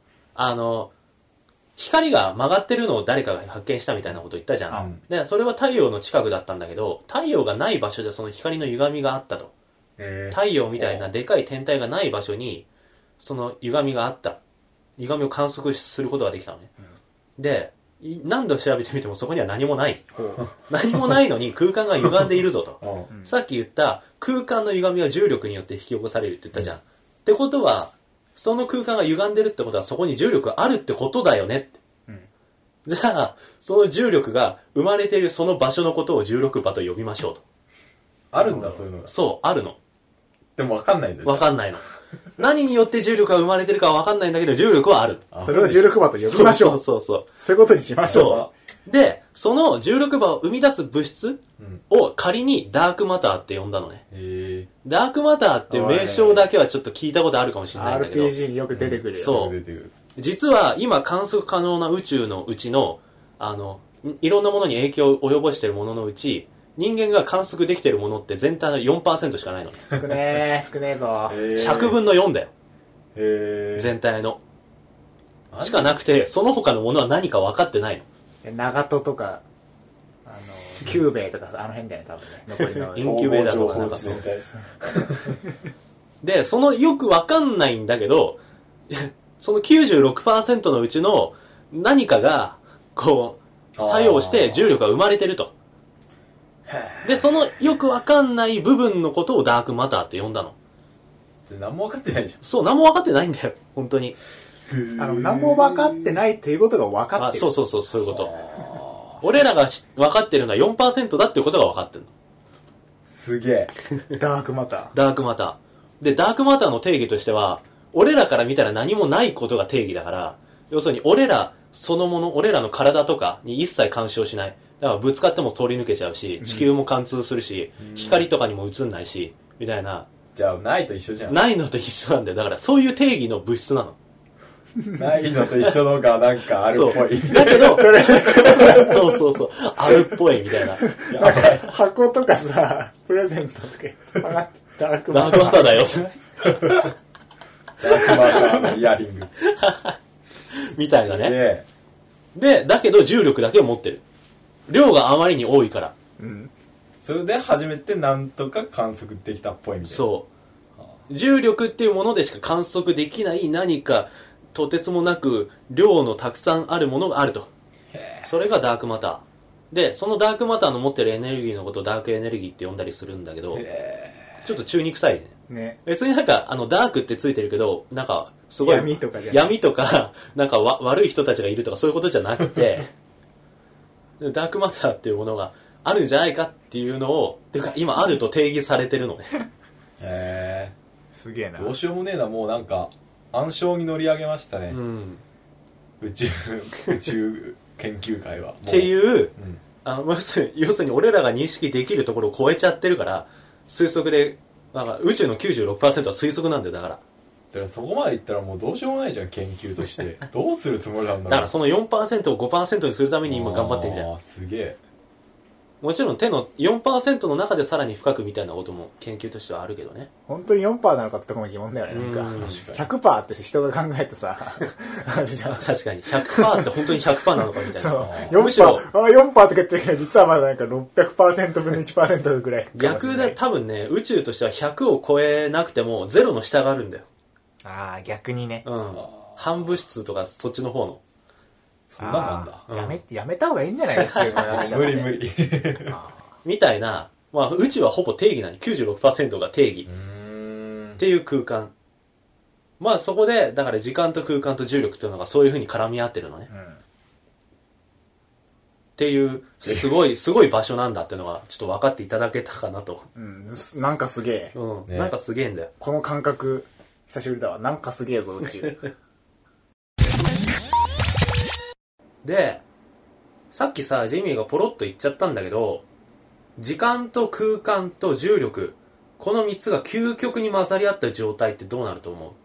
光が曲がってるのを誰かが発見したみたいなこと言ったじゃん。で、それは太陽の近くだったんだけど、太陽がない場所でその光の歪みがあったと。太陽みたいなでかい天体がない場所に、その歪みがあった。歪みを観測することができたのね。で、何度調べてみてもそこには何もない。何もないのに空間が歪んでいるぞと。さっき言った空間の歪みは重力によって引き起こされるって言ったじゃん。ってことは、その空間が歪んでるってことはそこに重力があるってことだよねって。じゃあ、その重力が生まれているその場所のことを重力場と呼びましょうと。 あるんだ、そういうのが。 そう、あるの。 でも分かんないんだよ。 分かんないの。何によって重力が生まれてるかは分かんないんだけど、重力はある。 それを重力場と呼びましょう。 そう。 そういうことにしましょう。で、その重力場を生み出す物質を仮にダークマターって呼んだのね。ダークマターっていう名称だけはちょっと聞いたことあるかもしれないんだけど。 RPG によく出てくるよ。 そう。実は今観測可能な宇宙のうちの、いろんなものに影響を及ぼしているもののうち、人間が観測できているものって全体の 4% しかないの。 少ねえぞ。 100分の4だよ。全体の。しかなくて、その他のものは何か分かってないの。長門とか、キューベイとか、あの辺だよね、多分ね。残りの。 インキューベーターとかなんかそう。で、そのよく分かんないんだけど、その 96% のうちの何かが、こう、作用して重力が生まれてると。で、そのよくわかんない部分のことをダークマターって呼んだの。 何もわかってないじゃん。 そう、何もわかってないんだよ。本当に。 何もわかってないっていうことがわかってる。 そういうこと。俺らがわかってるのは 4% だっていうことがわかってるの。 すげえ。ダークマター。 ダークマター。で、ダークマターの定義としては、俺らから見たら何もないことが定義だから、要するに俺らそのもの、俺らの体とかに一切干渉しない。だからぶつかっても通り抜けちゃうし、地球も貫通するし、光とかにも映んないし、みたいな。 じゃあ、ないと一緒じゃん。 ないのと一緒なんだよ。だからそういう定義の物質なの。 ないのと一緒のがなんかあるっぽい。 だけど、そう。あるっぽいみたいな。 なんか箱とかさ、プレゼントとかダークマターだよ。 ダークマターのイヤリング。 みたいなね。で、だけど重力だけを持ってる。量があまりに多いから。 それで初めてなんとか観測できたっぽいみたいな。 そう。重力っていうものでしか観測できない何かとてつもなく量のたくさんあるものがあると。それがダークマター。で、そのダークマターの持ってるエネルギーのことをダークエネルギーって呼んだりするんだけど、ちょっと中に臭いね。別になんかダークってついてるけど、なんかすごい闇とかなんか悪い人たちがいるとかそういうことじゃなくてダークマターっていうものがあるんじゃないかっていうのを、てか今あると定義されてるのね。 すげえな。 どうしようもねえな、もうなんか暗礁に乗り上げましたね。宇宙研究会は。 っていう、要するに俺らが認識できるところを超えちゃってるから、推測で、なんか宇宙の 96% は推測なんだよ、だから。 だからそこまでいったらもうどうしようもないじゃん、研究として。どうするつもりなんだろう。 だからその 4% を 5% にするために今頑張ってんじゃん。 すげえ。 もちろん手の 4% の中でさらに深くみたいなことも研究としてはあるけどね。 本当に 4% なのかってとこも疑問だよね。なんか 100% って人が考えてさ、あるじゃん。 確かに 100% って本当に 100% なのかみたいな。 そう。4% とか言ってるけど実はまだなんか 600% 分の 1% ぐらい。 逆で多分ね、宇宙としては100を超えなくても0の下があるんだよ。 逆にね。 反物質とかそっちの方の。 そんななんだ。 やめた方がいいんじゃない宇宙の無理。 みたいな、まあ宇宙はほぼ定義なの。96% が定義。っていう空間。まあそこで、だから時間と空間と重力っていうのがそういう風に絡み合ってるのね。っていう、すごい場所なんだっていうのがちょっと分かっていただけたかなと。 なんかすげえ。なんかすげえんだよ。 この感覚、久しぶりだわ。なんかすげえぞ、宇宙。 で、さっきさ、ジェイミーがポロッと言っちゃったんだけど、時間と空間と重力この3つが究極に混ざり合った状態ってどうなると思う？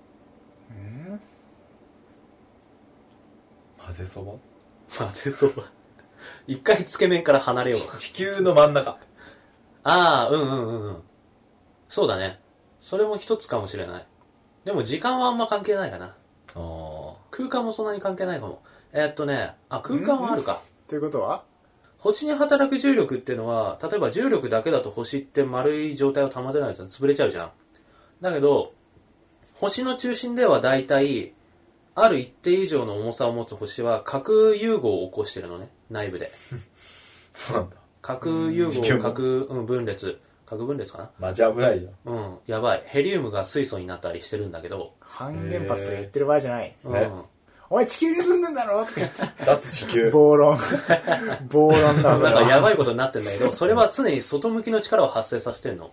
混ぜそば。 混ぜそば。一回つけ麺から離れよう。 地球の真ん中。 ああ、そうだね。それも一つかもしれない。でも時間はあんま関係ないかな。空間もそんなに関係ないかも。空間はあるか。 ということは星に働く重力っていうのは、例えば重力だけだと星って丸い状態を保てないじゃん。潰れちゃうじゃん。だけど、星の中心ではだいたい、ある一定以上の重さを持つ星は核融合を起こしてるのね。内部で。 そうなんだ。 核融合、核分裂。核分裂かな。 マジ危ないじゃん。やばい。ヘリウムが水素になったりしてるんだけど。 半原発とか言ってる場合じゃない。 ね。 お前地球に住んでんだろとか言って。 脱地球。 暴論だ。 なんかやばいことになってんだけど、それは常に外向きの力を発生させてんの。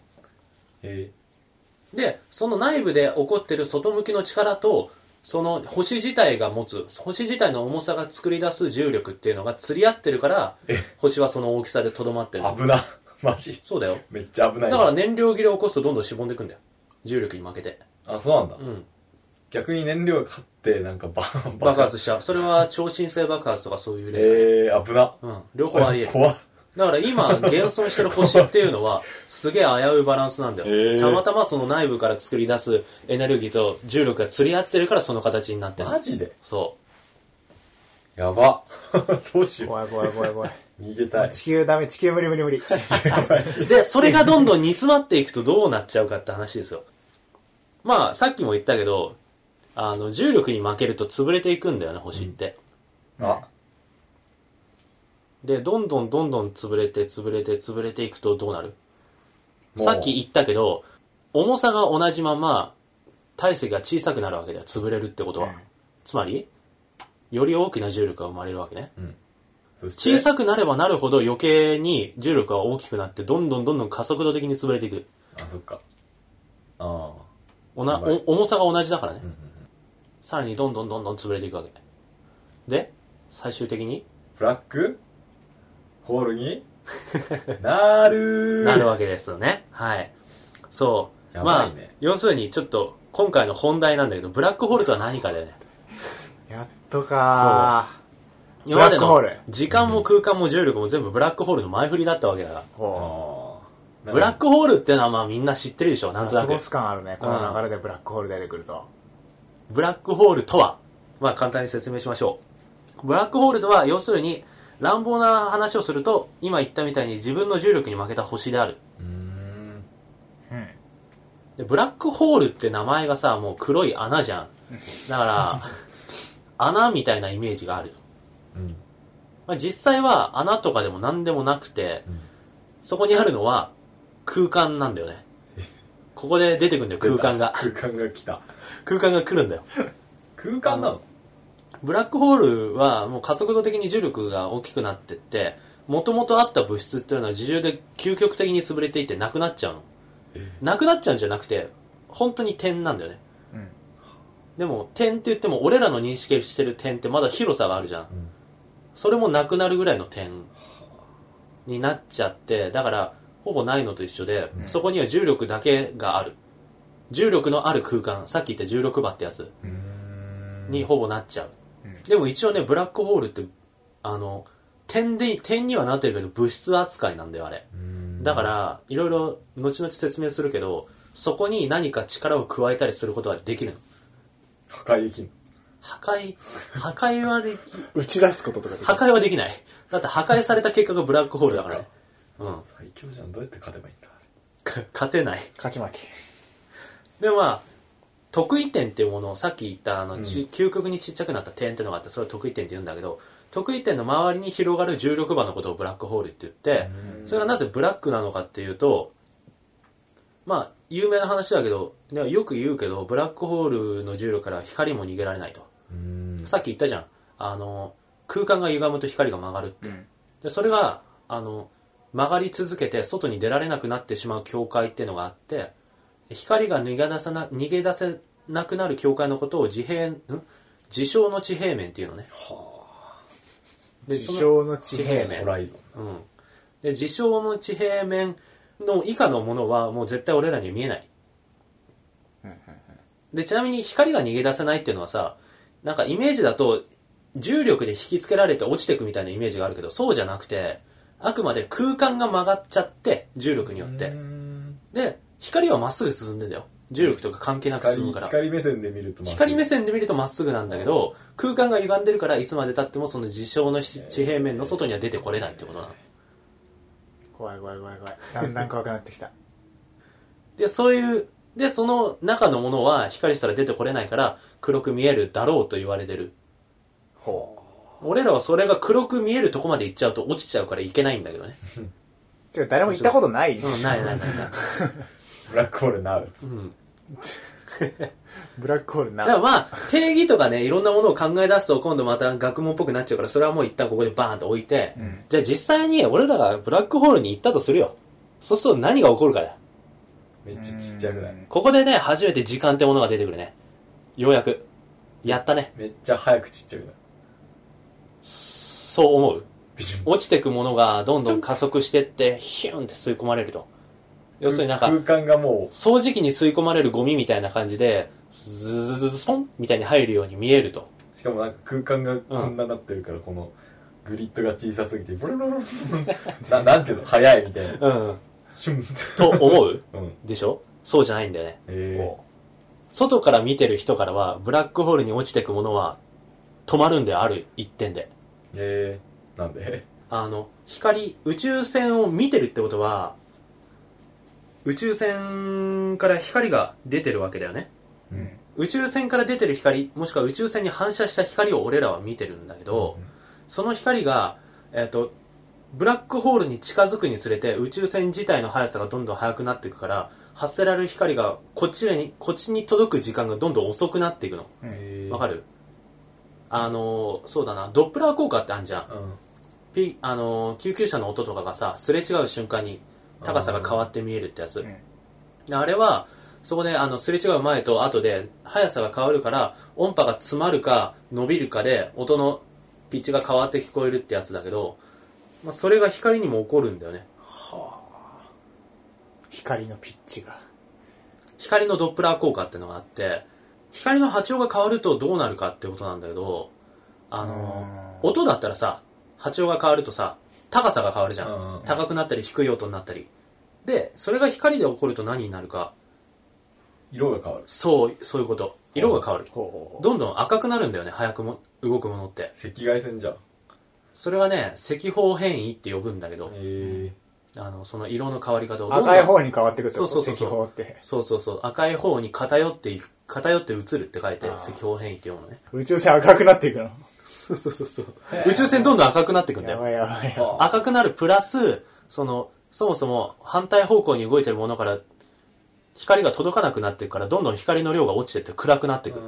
で、その内部で起こってる外向きの力と、その星自体が持つ、星自体の重さが作り出す重力っていうのが釣り合ってるから、星はその大きさでとどまってるの。 危な。マジそうだよ。 めっちゃ危ない。 だから燃料切れを起こすとどんどんしぼんでいくんだよ。重力に負けて。 あ、そうなんだ。逆に燃料が勝ってなんか爆発しちゃう。それは超新星爆発とかそういう例。危な。 両方あり得る。 怖っ。 だから今、現存してる星っていうのは、すげえ危ういバランスなんだよ。たまたまその内部から作り出すエネルギーと重力が釣り合ってるからその形になってる。 マジで？ そう。 やば。どうしよう。 怖い。 逃げたい。 地球ダメ、地球無理。 で、それがどんどん煮詰まっていくとどうなっちゃうかって話ですよ。まあ、さっきも言ったけど、重力に負けると潰れていくんだよね、星って。で、どんどん潰れていくとどうなる？さっき言ったけど、重さが同じまま、体積が小さくなるわけだよ、潰れるってことは。つまり、より大きな重力が生まれるわけね。小さくなればなるほど余計に重力が大きくなって、どんどん加速度的に潰れていく。 あ、そっか。 重さが同じだからね。さらにどんどん潰れていくわけ。で、最終的にブラックホールになるわけですよね。はい。そう。 やばいね。 要するにちょっと今回の本題なんだけど、ブラックホールとは何かでね。 やっとかー。 今までの時間も空間も重力も全部ブラックホールの前振りだったわけだから。ブラックホールってのはまあみんな知ってるでしょ、なんとなく。 ラスボス感あるね、この流れでブラックホール出てくると。 ブラックホールとは、まあ簡単に説明しましょう。ブラックホールとは、要するに、乱暴な話をすると、今言ったみたいに自分の重力に負けた星である。でブラックホールって名前がさ、もう黒い穴じゃん。だから、穴みたいなイメージがある。まあ、実際は穴とかでも何でもなくて、そこにあるのは空間なんだよね。ここで出てくるんだよ、空間が。 空間が来た。 空間が来るんだよ。 空間なの？ ブラックホールはもう加速度的に重力が大きくなってって、元々あった物質っていうのは自重で究極的に潰れていってなくなっちゃうの。なくなっちゃうんじゃなくて、本当に点なんだよね。でも点って言っても俺らの認識してる点ってまだ広さがあるじゃん。それもなくなるぐらいの点になっちゃって、だからほぼないのと一緒で、そこには重力だけがある。重力のある空間、さっき言った重力場ってやつにほぼなっちゃう。でも一応ね、ブラックホールって点にはなってるけど物質扱いなんだよ、あれ。だからいろいろ後々説明するけど、そこに何か力を加えたりすることはできるの。 破壊できんの？ 破壊はでき打ち出すこととか破壊はできない。だって破壊された結果がブラックホールだからね。 最強じゃん。どうやって勝てばいいんだ？ 勝てない。 勝ち負け。 でもまあ、得意点っていうものをさっき言った究極にちっちゃくなった点っていうのがあって、それを得意点って言うんだけど、得意点の周りに広がる重力場のことをブラックホールって言って、それがなぜブラックなのかっていうと、まあ、有名な話だけど、よく言うけど、ブラックホールの重力から光も逃げられないと。さっき言ったじゃん。空間が歪むと光が曲がるって。でそれが、曲がり続けて外に出られなくなってしまう境界っていうのがあって、光が逃げ出せなくなる境界のことを事象の地平面っていうのね。 事象の地平面。 で、事象の地平面の以下のものはもう絶対俺らには見えない。で、ちなみに光が逃げ出せないっていうのはさ、なんかイメージだと重力で引きつけられて落ちてくみたいなイメージがあるけど、そうじゃなくて、あくまで空間が曲がっちゃって、重力によって。で、光はまっすぐ進んでんだよ。重力とか関係なく進むから。 光目線で見ると光目線で見るとまっすぐなんだけど、空間が歪んでるからいつまで経ってもその事象の地平面の外には出てこれないってことなの。 怖い。だんだん怖くなってきた。 で、そういう、で、その中のものは光したら出てこれないから黒く見えるだろうと言われてる。 ほう。俺らはそれが黒く見えるとこまで行っちゃうと落ちちゃうからいけないんだけどね。 違う、誰も行ったことないし。 ない。 ブラックホールなる。 ブラックホールな。 だからまあ、定義とかね、いろんなものを考え出すと今度また学問っぽくなっちゃうから、それはもう一旦ここでバーンと置いて、じゃあ実際に俺らがブラックホールに行ったとするよ。そうすると何が起こるかだよ。 めっちゃちっちゃくない？ ここでね、初めて時間ってものが出てくるね。ようやく。やったね。 めっちゃ早くちっちゃくない？ そう思う？落ちてくものがどんどん加速してって、ヒュンって吸い込まれると。要するになんか、 空間がもう、 掃除機に吸い込まれるゴミみたいな感じで、ズズズズスポンみたいに入るように見えると。 しかもなんか空間がこんななってるから、このグリッドが小さすぎて、ブルルルルなんていうの早いみたいな。シュンと思う、でしょ？そうじゃないんだよね。外から見てる人からは、ブラックホールに落ちてくものは止まるんだよ、ある一点で。 なんで？ 宇宙船を見てるってことは、宇宙船から光が出てるわけだよね。宇宙船から出てる光、もしくは宇宙船に反射した光を俺らは見てるんだけど、その光が、ブラックホールに近づくにつれて宇宙船自体の速さがどんどん速くなっていくから、発せられる光がこっちに届く時間がどんどん遅くなっていくの。わかる？そうだな、ドップラー効果ってあるじゃん。救急車の音とかがさ、すれ違う瞬間に高さが変わって見えるってやつ。あれは、そこですれ違う前と後で速さが変わるから、音波が詰まるか伸びるかで音のピッチが変わって聞こえるってやつだけど、それが光にも起こるんだよね。 光のピッチが。 光のドップラー効果ってのがあって、光の波長が変わるとどうなるかってことなんだけど、音だったらさ、波長が変わるとさ、高さが変わるじゃん。高くなったり低い音になったり。で、それが光で起こると何になるか。 色が変わる。 そういうこと。色が変わる。どんどん赤くなるんだよね、早くも動くものって。 赤外線じゃん。 それはね、赤方変異って呼ぶんだけど、その色の変わり方を赤い方に変わってくるってこと？赤方って。 そう。赤い方に偏って映るって書いて、赤方変異って読むのね。 宇宙船赤くなっていくの？ そう。宇宙船どんどん赤くなっていくんだよ。 やばい。 赤くなるプラス、そもそも反対方向に動いてるものから光が届かなくなっていくから、どんどん光の量が落ちてって暗くなっていく。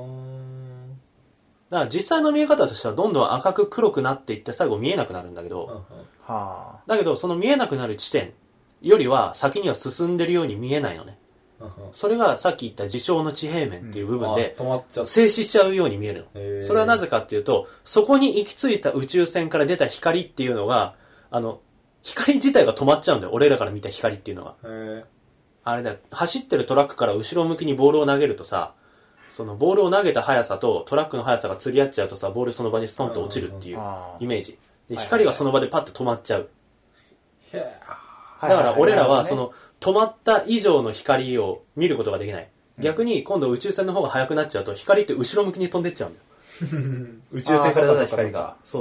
だから実際の見え方としてはどんどん赤く黒くなっていって最後見えなくなるんだけど、だけどその見えなくなる地点よりは先には進んでるように見えないのね。それがさっき言った事象の地平面っていう部分で静止しちゃうように見えるの。それはなぜかっていうと、そこに行き着いた宇宙船から出た光っていうのが、光自体が止まっちゃうんだよ、俺らから見た光っていうのは。あれだよ、走ってるトラックから後ろ向きにボールを投げるとさ、そのボールを投げた速さとトラックの速さが釣り合っちゃうとさ、ボールその場にストンと落ちるっていうイメージで、光がその場でパッと止まっちゃう。だから俺らはその止まった以上の光を見ることができない。逆に今度宇宙船の方が速くなっちゃうと、光って後ろ向きに飛んでっちゃうんだよ。宇宙船から出た光が。そう。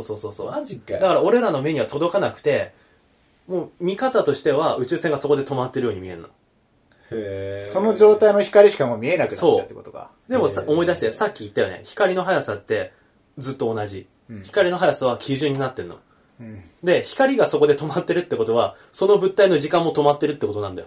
マジかよ。 だから俺らの目には届かなくて、もう見方としては宇宙船がそこで止まってるように見えるの。 その状態の光しかもう見えなくなっちゃうってことか。 でも思い出して、さっき言ったよね、光の速さってずっと同じ。光の速さは基準になってんの。で、光がそこで止まってるってことは、その物体の時間も止まってるってことなんだよ。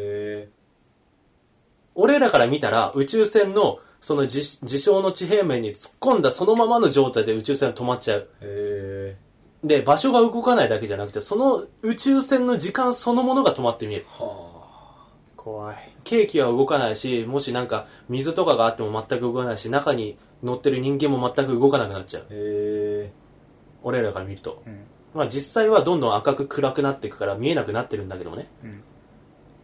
俺らから見たら、宇宙船のその事象の地平面に突っ込んだそのままの状態で宇宙船は止まっちゃう。で、場所が動かないだけじゃなくて、その宇宙船の時間そのものが止まって見える。 怖い。 ケーキは動かないし、もしなんか水とかがあっても全く動かないし、中に乗ってる人間も全く動かなくなっちゃう。俺らから見ると。まあ実際はどんどん赤く暗くなっていくから見えなくなってるんだけどもね。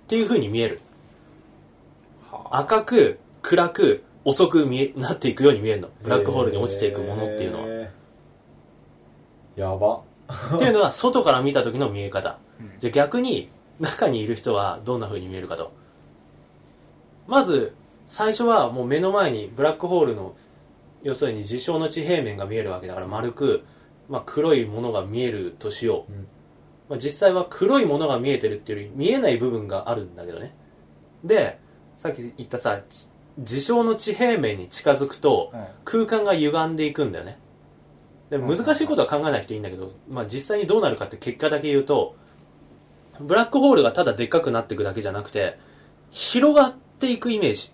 っていう風に見える。 はあ、 赤く、暗く、遅くなっていくように見えるの。ブラックホールに落ちていくものっていうのは。 やば。 っていうのは外から見た時の見え方。 うん、 じゃあ逆に中にいる人はどんな風に見えるかと。まず最初はもう目の前にブラックホールの要するに事象の地平面が見えるわけだから丸く、まあ、黒いものが見えるとしよう、まあ、実際は黒いものが見えてるっていうより見えない部分があるんだけどね。でさっき言ったさ事象の地平面に近づくと空間が歪んでいくんだよね。で難しいことは考えなくていいんだけど、まあ、実際にどうなるかって結果だけ言うとブラックホールがただでっかくなっていくだけじゃなくて広がっていくイメージ。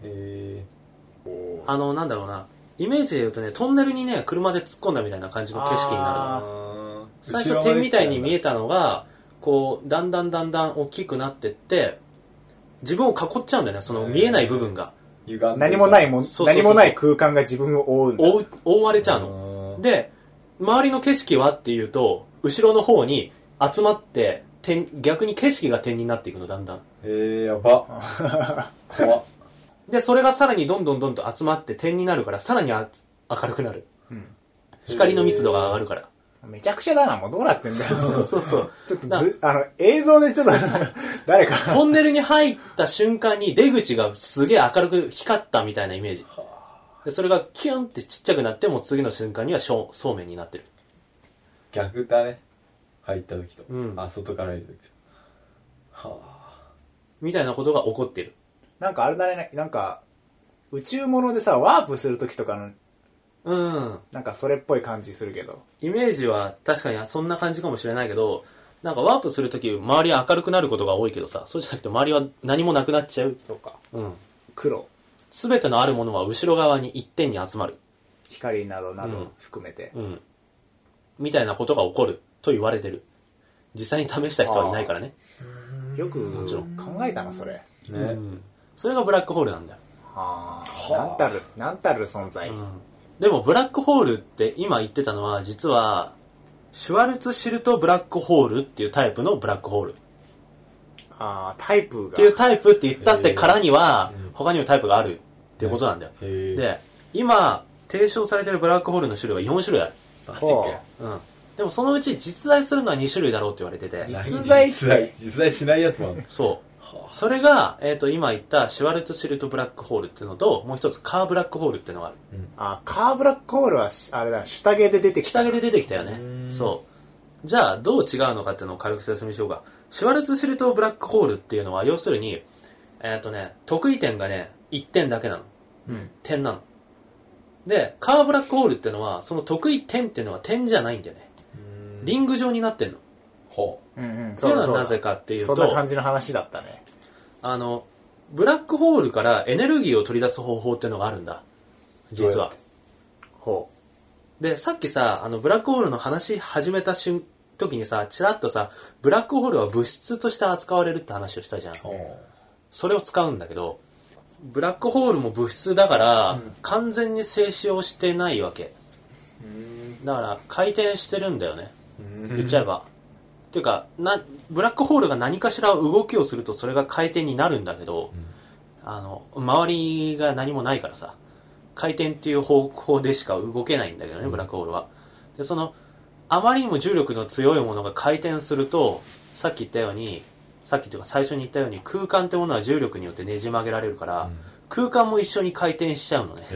なんだろうな、イメージで言うとね、トンネルにね車で突っ込んだみたいな感じの景色になるの。最初点みたいに見えたのがこうだんだん大きくなってって自分を囲っちゃうんだよね、その見えない部分が。 何もないもん、何もない空間が自分を覆うんだ。 覆われちゃうの。で周りの景色はっていうと後ろの方に集まって逆に景色が点になっていくの、だんだん。 やば。怖っ。 でそれがさらにどんどんと集まって点になるからさらに明るくなる、うん、光の密度が上がるから。 めちゃくちゃだな、もうどうなってんだよ。 そうちょっと映像でちょっと誰かトンネルに入った瞬間に出口がすげえ明るく光ったみたいなイメージで、それがキュンってちっちゃくなってもう次の瞬間にはそうめんになってる。 逆だね、入った時と、 うん、 外から入った時と、はあ、 みたいなことが起こってる。 なんかあれだね、なんか宇宙物でさワープする時とかのなんかそれっぽい感じするけど、 イメージは確かにそんな感じかもしれないけど、なんかワープするとき周りは明るくなることが多いけどさ、そうじゃなくて周りは何もなくなっちゃう。 そうか、 うん、 黒、 すべてのあるものは後ろ側に一点に集まる、 光などなど含めて、 みたいなことが起こると言われてる。実際に試した人はいないからね。 よく考えたなそれ、 ね、 それがブラックホールなんだよ。 なんたる存在、 でもブラックホールって今言ってたのは実はシュワルツシルトブラックホールっていうタイプのブラックホール。 タイプがっていうタイプって言ったってからには他にもタイプがあるっていうことなんだよ。で今提唱されてるブラックホールの種類は4種類ある。 マジか。 でもそのうち実在するのは2種類だろうって言われてて、 実在しないやつもある。 そう、それが、今言ったシュワルツシルトブラックホールっていうのと、もう一つカーブラックホールっていうのがある。 カーブラックホールはあれだ、下着で出てきた。 下着で出てきたよね。そう。じゃあどう違うのかっていうのを軽く説明しようか。シュワルツシルトブラックホールっていうのは要するに得意点がね1点だけなの、点なの。でカーブラックホールっていうのはその得意点っていうのは点じゃないんだよね。リング状になってんの。 そういうのはなぜかっていうと、 そんな感じの話だったね。 ブラックホールからエネルギーを取り出す方法っていうのがあるんだ実は。でさっきさブラックホールの話始めた時にさちらっとさブラックホールは物質として扱われるって話をしたじゃん。それを使うんだけどブラックホールも物質だから、完全に静止をしてないわけだから回転してるんだよね言っちゃえば。っていうかブラックホールが何かしら動きをするとそれが回転になるんだけど、周りが何もないからさ回転っていう方向でしか動けないんだけどね、ブラックホールは。であまりにも重力の強いものが回転するとさっき言ったようにさっきというか最初に言ったように空間ってものは重力によってねじ曲げられるから、空間も一緒に回転しちゃうのね。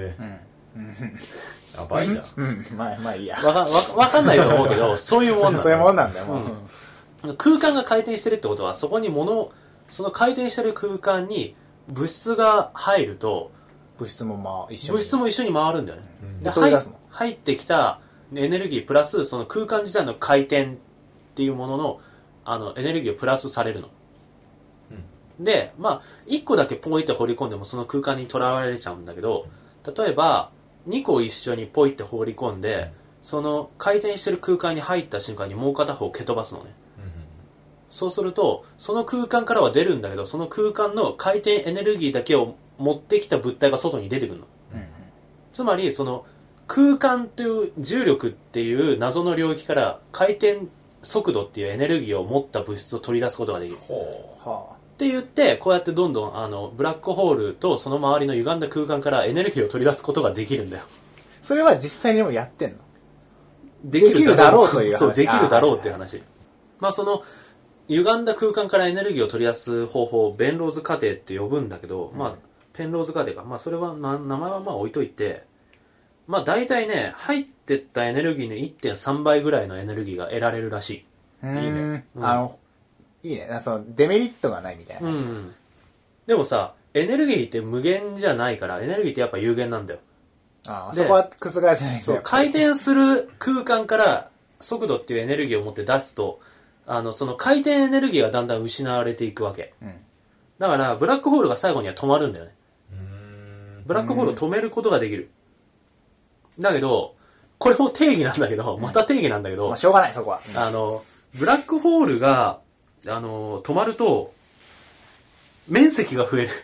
やばいじゃん。 まあいいや。 わかんないと思うけどそういうもんなんだよ。 そういうもんなんだよ、もう。空間が回転してるってことはそこにその回転してる空間に物質が入ると物質も一緒に回るんだよね。で入ってきたエネルギープラスその空間自体の回転っていうもののエネルギーをプラスされるの、で1個だけポイって放り込んでもその空間にとらわれちゃうんだけど、例えば2個一緒にポイって放り込んでその回転してる空間に入った瞬間にもう片方を蹴飛ばすのね、そうするとその空間からは出るんだけどその空間の回転エネルギーだけを持ってきた物体が外に出てくるの、つまりその空間という重力っていう謎の領域から回転速度っていうエネルギーを持った物質を取り出すことができる。 って言って、こうやってどんどん、ブラックホールとその周りの歪んだ空間からエネルギーを取り出すことができるんだよ。 それは実際にもやってんの？ できるだろうという話。 そう、できるだろうっていう話。まあその、歪んだ空間からエネルギーを取り出す方法をベンローズ過程って呼ぶんだけど、まあ、ペンローズ過程か。まあそれは、名前はまあ置いといて、まあ大体ね、入ってったエネルギーの 1.3 倍ぐらいのエネルギーが得られるらしい。 いいね。いいね。そのデメリットがないみたいな感じ。 でもさ、エネルギーって無限じゃないから、エネルギーってやっぱ有限なんだよ。 そこは覆せないんだよ。 そう、回転する空間から速度っていうエネルギーを持って出すと、その回転エネルギーがだんだん失われていくわけ。だから、ブラックホールが最後には止まるんだよね。ブラックホールを止めることができる。だけど、これも定義なんだけど、また定義なんだけど、 まあ、しょうがない、そこは。 ブラックホールが、止まると、面積が増える。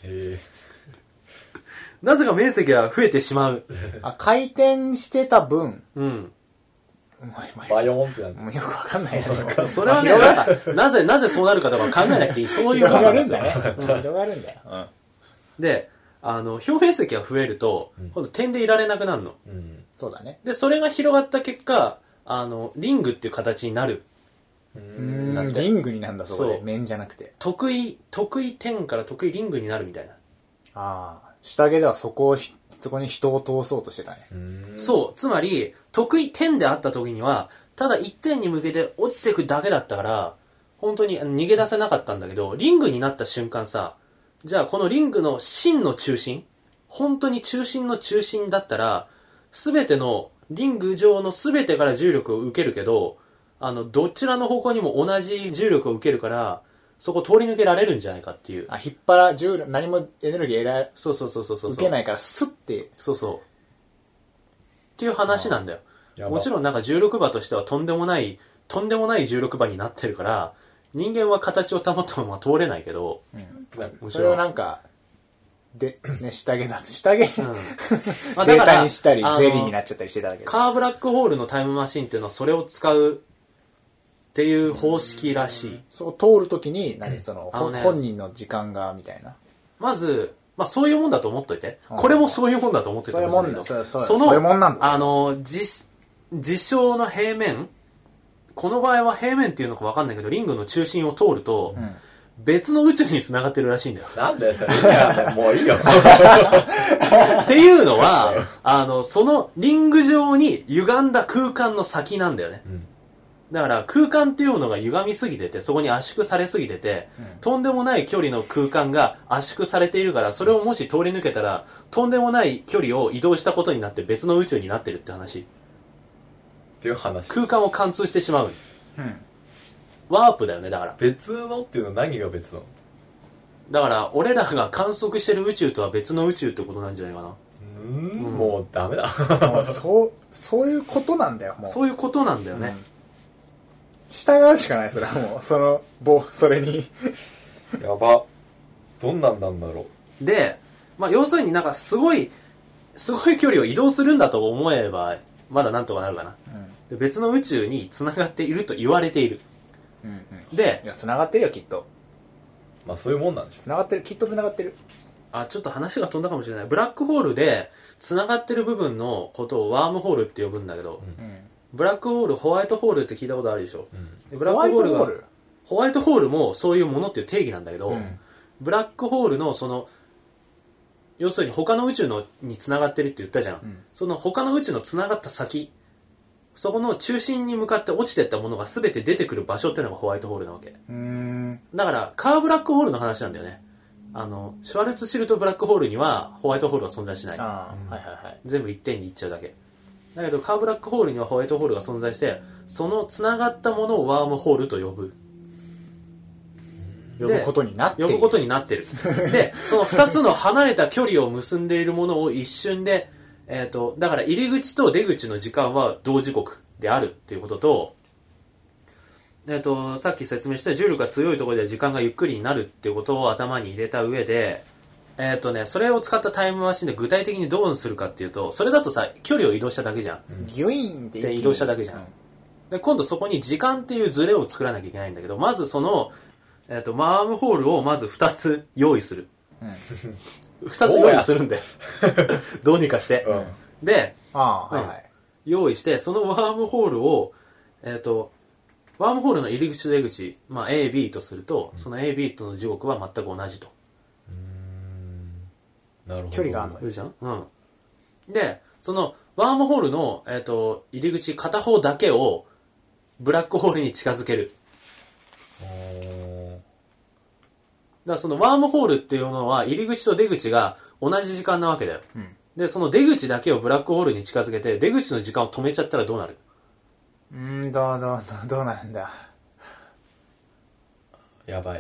なぜか面積が増えてしまう。 回転してた分。 バヨーンってなって。よくわかんないけど。それはね、なぜそうなるかとか考えなくていい。そういうものなんですよ。 広がるんだよ。 で、表面積が増えると、今度点でいられなくなるの。 そうだね。 で、それが広がった結果、リングっていう形になる。 リングになんだ、そこで。面じゃなくて。 得意点から得意リングになるみたいな。 下着ではそこに人を通そうとしてたね。 そう。つまり、得意点であった時には、ただ一点に向けて落ちていくだけだったから、本当に逃げ出せなかったんだけど、リングになった瞬間さ、じゃあこのリングの真の中心、本当に中心の中心だったら、すべての、リング上のすべてから重力を受けるけど、どちらの方向にも同じ重力を受けるから、そこ通り抜けられるんじゃないかっていう。 引っ張ら、何もエネルギーそう受けないからスッて。 そうそう。っていう話なんだよ。もちろんなんか重力場としてはとんでもない重力場になってるから、人間は形を保ったまま通れないけど、 それをなんか、で、ね、下着だって、下着、データにしたり、ゼリーになっちゃったりしてただけど。 カーブラックホールのタイムマシンっていうのはそれを使うっていう方式らしい。 そこ通るときに、本人の時間が、みたいな。 まず、まあそういうもんだと思っといて。これもそういうもんだと思ってたんですけど。 そういうもんなんだ。 事象の平面、この場合は平面っていうのか分かんないけど、リングの中心を通ると、別の宇宙に繋がってるらしいんだよ。 なんだよ、それ。もういいよ。 っていうのは、そのリング上に歪んだ空間の先なんだよね。だから空間っていうのが歪みすぎてて、そこに圧縮されすぎてて、とんでもない距離の空間が圧縮されているから、それをもし通り抜けたら、とんでもない距離を移動したことになって別の宇宙になってるって話。 っていう話。 空間を貫通してしまう。ワープだよね、だから。 別のっていうのは何が別の？ だから、俺らが観測してる宇宙とは別の宇宙ってことなんじゃないかな。 もうダメだ。 そういうことなんだよ、もう。 そういうことなんだよね。 従うしかない、それはもう。それに。 やば。どんなんなんだろう。で、まあ、要するになんかすごい距離を移動するんだと思えば、まだなんとかなるかな。で別の宇宙に繋がっていると言われている。で、 いや、繋がってるよ、きっと。 まあそういうもんなんでしょ。 繋がってる、きっと繋がってる。 ちょっと話が飛んだかもしれない。ブラックホールで繋がってる部分のことをワームホールって呼ぶんだけど、ブラックホール、ホワイトホールって聞いたことあるでしょ。ブラックホールが、ホワイトホールもそういうものっていう定義なんだけど、ブラックホールの要するに他の宇宙に繋がってるって言ったじゃん。その他の宇宙の繋がった先、そこの中心に向かって落ちてったものが全て出てくる場所ってのがホワイトホールなわけ。だから、カーブラックホールの話なんだよね。シュワルツシルトブラックホールにはホワイトホールは存在しない。全部一点にいっちゃうだけ。だけど、カーブラックホールにはホワイトホールが存在して、その繋がったものをワームホールと呼ぶ。 呼ぶことになってる。 呼ぶことになってる。で、その二つの離れた距離を結んでいるものを一瞬で、だから入り口と出口の時間は同時刻であるっていうことと、さっき説明した重力が強いところでは時間がゆっくりになるっていうことを頭に入れた上で、それを使ったタイムマシンで具体的にどうするかっていうと、それだとさ、距離を移動しただけじゃん。 ギュイーンって移動しただけじゃん。で、今度そこに時間っていうズレを作らなきゃいけないんだけど、まずその、 ワームホールをまず2つ用意する。2つ用意するんで。どうにかして。で、用意して、そのワームホールを、ワームホールの入り口と出口、まあ A、B とすると、その A、B との時刻は全く同じと。 なるほど。 距離があるのいいじゃん。で、そのワームホールの、入り口片方だけをブラックホールに近づける。だからそのワームホールっていうのは入り口と出口が同じ時間なわけだよ。で、その出口だけをブラックホールに近づけて、出口の時間を止めちゃったらどうなる？ どうなるんだ。 やばい。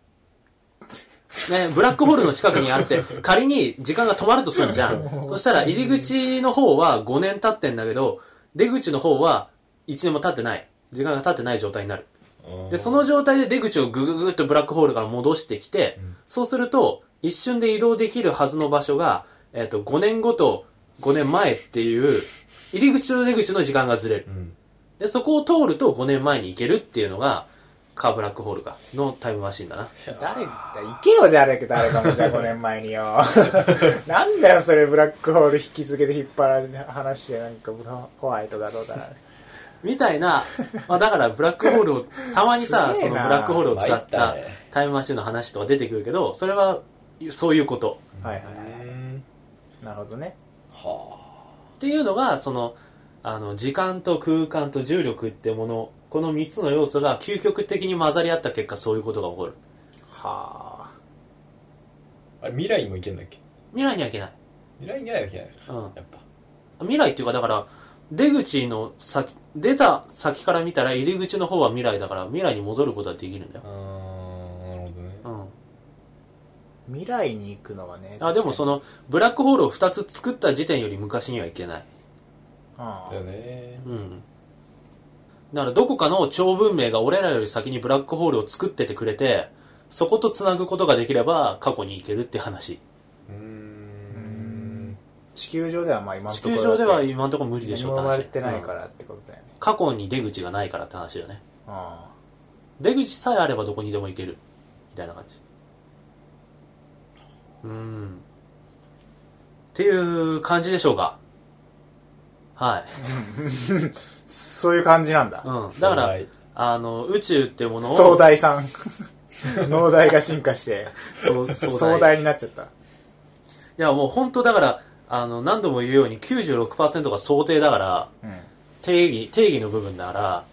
ね、ブラックホールの近くにあって、仮に時間が止まるとするじゃん。そしたら入り口の方は5年経ってんだけど、出口の方は1年も経ってない。時間が経ってない状態になる。で、その状態で出口をぐぐぐっとブラックホールから戻してきて、そうすると、一瞬で移動できるはずの場所が、5年後と5年前っていう、入り口と出口の時間がずれる。で、そこを通ると5年前に行けるっていうのが、カーブラックホールかのタイムマシンだな。 誰だ、行けよ、誰かもじゃあ5年前によ。なんだよ、それブラックホール引き付けて引っ張られて話して、なんかホワイトがどうだな。 みたいな、まあだからブラックホールを、たまにさ、そのブラックホールを使ったタイムマシンの話とか出てくるけど、それはそういうこと。 はいはい。なるほどね。 っていうのが、その、時間と空間と重力ってもの、この3つの要素が究極的に混ざり合った結果、そういうことが起こる。 あれ、未来にも行けんだっけ？ 未来には行けない。 未来には行けない。やっぱ。 未来っていうか、だから、出た先から見たら入り口の方は未来だから、未来に戻ることはできるんだよ。 なるほどね。 未来に行くのはね。 でもその、ブラックホールを2つ作った時点より昔には行けない。 だよね。 だからどこかの超文明が俺らより先にブラックホールを作っててくれて、そこと繋ぐことができれば過去に行けるって話。 地球上ではまあ今のところ。 地球上では今のところ無理でしょうって話。 生まれてないからってことだよね。 過去に出口がないからって話だよね。出口さえあればどこにでも行ける。みたいな感じ。っていう感じでしょうか。はい。 そういう感じなんだ。 だから、宇宙ってものを。 壮大さん。農大が進化して、壮大になっちゃった。いや、もう本当だから、何度も言うように 96% が想定だから、定義の部分だから、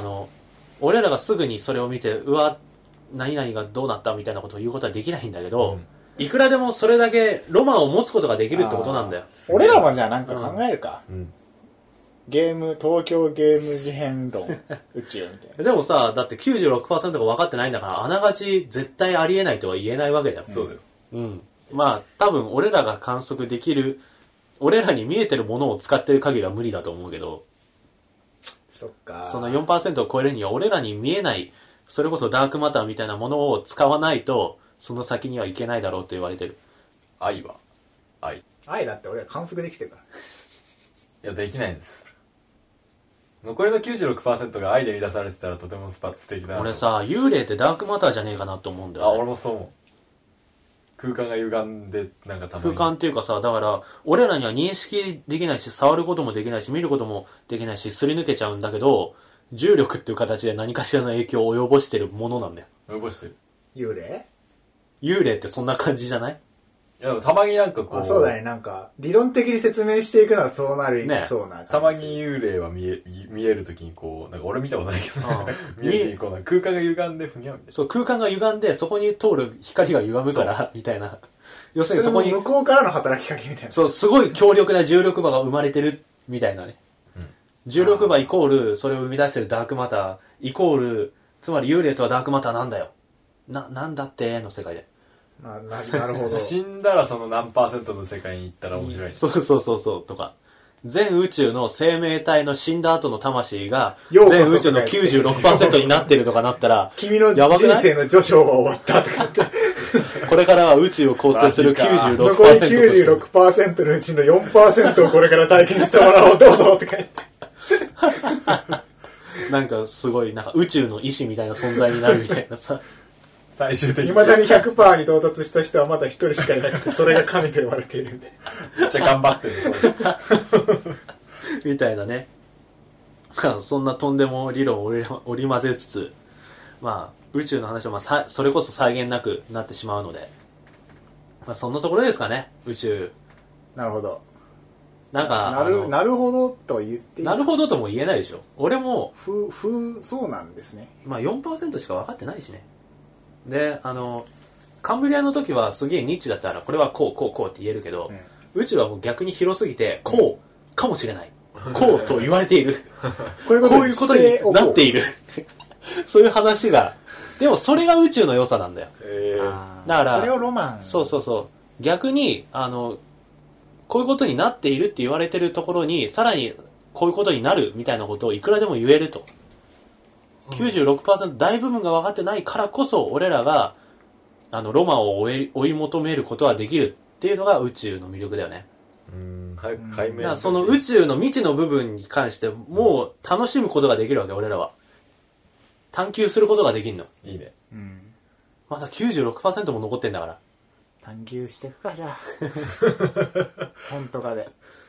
俺らがすぐにそれを見て、うわ、何々がどうなったみたいなことを言うことはできないんだけど、いくらでもそれだけロマンを持つことができるってことなんだよ。 俺らもじゃあなんか考えるか。東京ゲーム事変論、宇宙みたいな。 でもさ、だって 96% が分かってないんだから、あながち絶対ありえないとは言えないわけだよ。 そうだよ。 まあ、多分俺らが観測できる、俺らに見えてるものを使ってる限りは無理だと思うけど、 そっか。 その 4% を超えるには俺らに見えない、それこそダークマターみたいなものを使わないと、その先にはいけないだろうと言われてる。 愛だって俺ら観測できてるから。 いや、できないんです。残りの 96% が愛で満たされてたらとても素敵だな。 俺さ、幽霊ってダークマターじゃねえかなと思うんだよ、ね。 俺もそう思う。空間が歪んで、なんかたまに。 空間っていうかさ、だから、俺らには認識できないし、触ることもできないし、見ることもできないし、すり抜けちゃうんだけど、重力っていう形で何かしらの影響を及ぼしてるものなんだよ。 及ぼしてる。 幽霊ってそんな感じじゃない？ いや、たまになんかこう。 そうだね、なんか、理論的に説明していくのはそうなる、 ね、 そうな感じ。 たまに幽霊は見えるときにこう、なんか俺見たことないけど、見えるときにこう、空間が歪んでふにゃみたいな。 そう、空間が歪んで、そこに通る光が歪むから、みたいな。要するにそこに。 向こうからの働きかけみたいな。 そう、すごい強力な重力場が生まれてる、みたいなね。重力場イコール、それを生み出してるダークマター、イコール、つまり幽霊とはダークマターなんだよ。なんだっての世界で。 なるほど。 死んだらその何%の世界に行ったら面白い。 そう、とか。全宇宙の生命体の死んだ後の魂が、全宇宙の 96% になってるとかなったら、 君の人生の序章は終わったとかって。 これからは宇宙を構成する 96% と残り 96% のうちの 4% をこれから体験してもらおう、どうぞとか言って。 なんかすごい、なんか宇宙の意志みたいな存在になるみたいなさ。 最終的に。 未だに 100% に到達した人はまだ一人しかいなくて、それが神と言われているんで。 めっちゃ頑張ってる。 みたいなね。そんなとんでも理論を織り交ぜつつ、まあ、宇宙の話はそれこそ際限なくなってしまうので、まあ、そんなところですかね、宇宙。 なるほど。 なんか、 なるほどと言っていい。 なるほどとも言えないでしょ。俺も、 そうなんですね。 まあ 4% しか分かってないしね。で、カンブリアの時はすげえニッチだったら、これはこうって言えるけど、宇宙はもう逆に広すぎて、こうかもしれない。こうと言われている。こういうことになっている。そういう話が。でもそれが宇宙の良さなんだよ。だから、 それをロマン。 そう。逆に、こういうことになっているって言われてるところに、さらにこういうことになるみたいなことをいくらでも言えると。96% 大部分が分かってないからこそ、俺らが、ロマンを追い求めることはできるっていうのが宇宙の魅力だよね。 早く解明して。 だからその宇宙の未知の部分に関して、もう楽しむことができるわけ、俺らは。探求することができるの。 いいね。 まだ 96% も残ってんだから。 探求していくか、じゃあ。本とかで。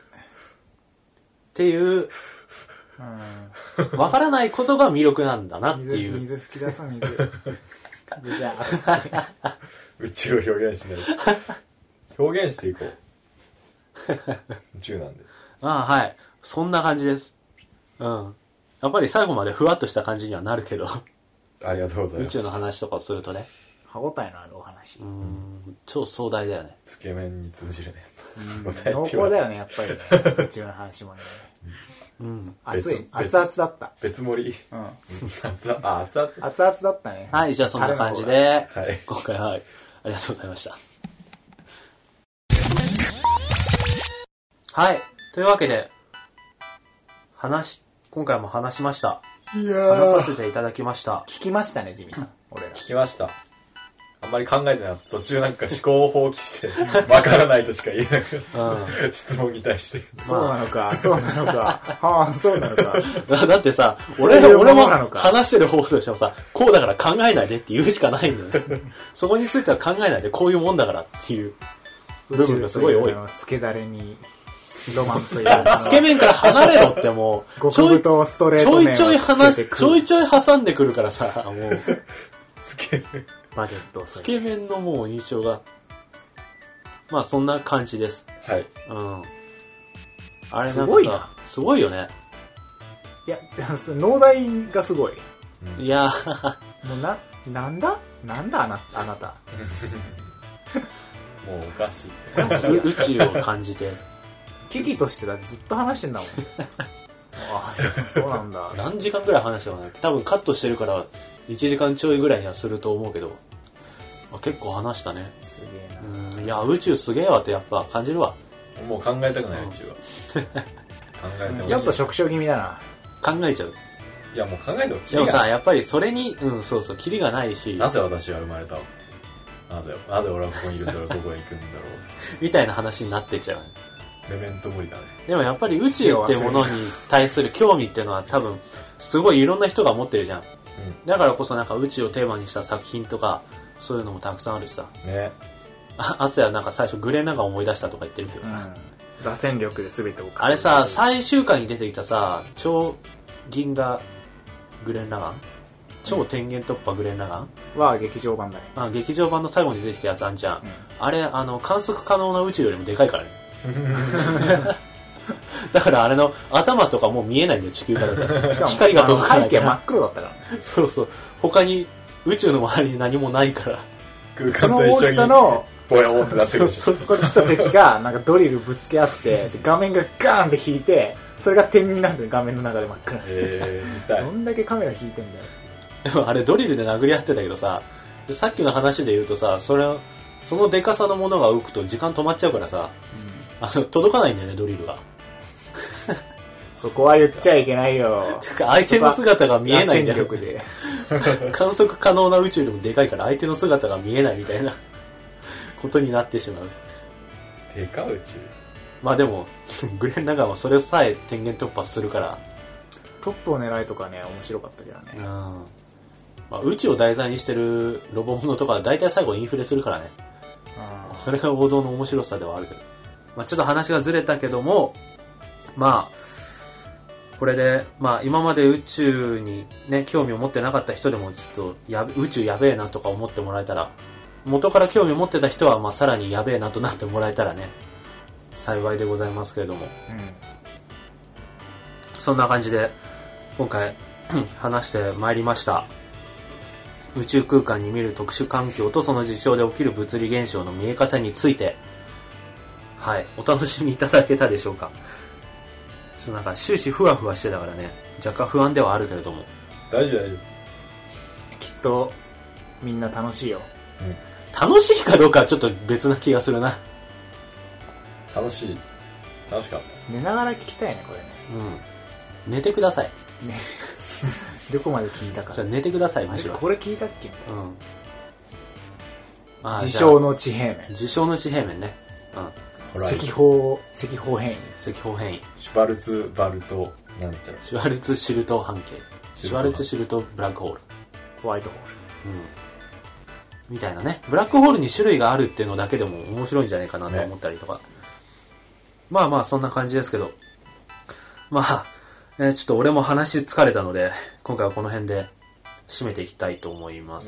っていう、わからないことが魅力なんだなっていう。 水吹き出そう、水。じゃあ。宇宙を表現しない。表現していこう。宇宙なんで。 はい。そんな感じです。やっぱり最後までふわっとした感じにはなるけど。 ありがとうございます。 宇宙の話とかをするとね。 歯応えのあるお話。 超壮大だよね。 つけ麺に通じるね。 濃厚だよね、やっぱりね。宇宙の話もね。熱々だった。 別盛り。熱々 だったね。 はい、じゃあそんな感じで、今回はありがとうございました。はい。というわけで、今回も話しました。話させていただきました。 聞きましたね、ジミさん。俺ら。 聞きました。あんまり考えてなかった。途中なんか思考を放棄して、わからないとしか言えなくて、質問に対して。 そうなのか。はあ、そうなのか。 だってさ、俺も話してる方としてもさ、こうだから考えないでって言うしかないんだよ。そこについては考えないで、こういうもんだからっていう部分がすごい多い。 つけだれに。ロマンというか。 つけ麺から離れろってもう、 極太ストレート麺をつけてくる。 ちょいちょい挟んでくるからさ、もう。 つけ麺。 バゲットをつけ麺のもう印象が。まあそんな感じです。 はい。 あれなんかさ、すごいよね。 いや、農大がすごい。 いやもうなんだあなた。 もうおかしい。 宇宙を感じて。 危機としてだってずっと話してんだもん。ああ、そうなんだ。 何時間ぐらい話したかな。多分カットしてるから1時間ちょいぐらいにはすると思うけど、結構話したね。 すげえな。 いや、宇宙すげえわってやっぱ感じるわ。 もう考えたくない、宇宙は。考えてもちょっと縮小気味だな。 考えちゃう。 いや、もう考えてもキリがない。でもさ、やっぱりそれに、そう、キリがないし。 なぜ私は生まれたの？なぜ俺はここにいるんだろう、どこへ行くんだろう。 みたいな話になってっちゃう。 メメント無理だね。 でもやっぱり宇宙ってものに対する興味っていうのは多分、すごいいろんな人が持ってるじゃん。だからこそなんか宇宙をテーマにした作品とか、そういうのもたくさんあるしさ。 ね。 アスヤなんか最初グレンラガン思い出したとか言ってるけどさ。 螺旋力で全てをあれさ、最終回に出てきたさ、超銀河グレンラガン超天元突破グレンラガンは劇場版だね。 劇場版の最後に出てきたやつあんじゃん。あれ、観測可能な宇宙よりもでかいからね。だからあれの頭とかもう見えないんだよ、地球からさ。 しかも光が届かないから。 背景真っ黒だったから。 そう。他に宇宙の周りに何もないから。 その大きさの、 ボヨーンってなってるでしょ。 こっちと敵がなんかドリルぶつけ合って、画面がガーンって引いて、それが点になって画面の中で真っ暗。どんだけカメラ引いてんだよ。 でもあれドリルで殴り合ってたけどさ、さっきの話で言うとさ、そのデカさのものが浮くと時間止まっちゃうからさ、届かないんだよね、ドリルが。 そこは言っちゃいけないよ。 相手の姿が見えないんだよ。 戦力で観測可能な宇宙でもでかいから相手の姿が見えないみたいなことになってしまう。 でか宇宙？ まあでも、グレンラガンはそれさえ天元突破するから、 トップを狙いとかね、面白かったけどね。 まあ、宇宙を題材にしてるロボものとか大体最後インフレするからね。それが王道の面白さではあるけど。まあ、ちょっと話がずれたけども、まあ、これで、まあ、今まで宇宙にね、興味を持ってなかった人でも、ちょっと宇宙やべえなとか思ってもらえたら、元から興味を持ってた人は、まあ、さらにやべえなとなってもらえたらね、幸いでございますけれども。そんな感じで、今回、話してまいりました。宇宙空間に見る特殊環境とその事象で起きる物理現象の見え方について、はい、お楽しみいただけたでしょうか。なんか終始ふわふわしてたからね、若干不安ではあるけれども。 大丈夫。 きっと、みんな楽しいよ。 楽しいかどうかはちょっと別な気がするな。 楽しかった。 寝ながら聞きたいね、これね。 寝てください。 ね。どこまで聞いたか。 じゃあ寝てください、むしろ。 これ聞いたっけ？ 自称の地平面。 自称の地平面ね。 赤方変異。 赤方変異。 シュバルツバルトなんちゃら。 シュワルツシルト半径。シュワルツシルトブラックホール。 ホワイトホール。 みたいなね。ブラックホールに種類があるっていうのだけでも面白いんじゃないかなと思ったりとか。まあまあそんな感じですけど。まあ、ちょっと俺も話疲れたので、今回はこの辺で締めていきたいと思います。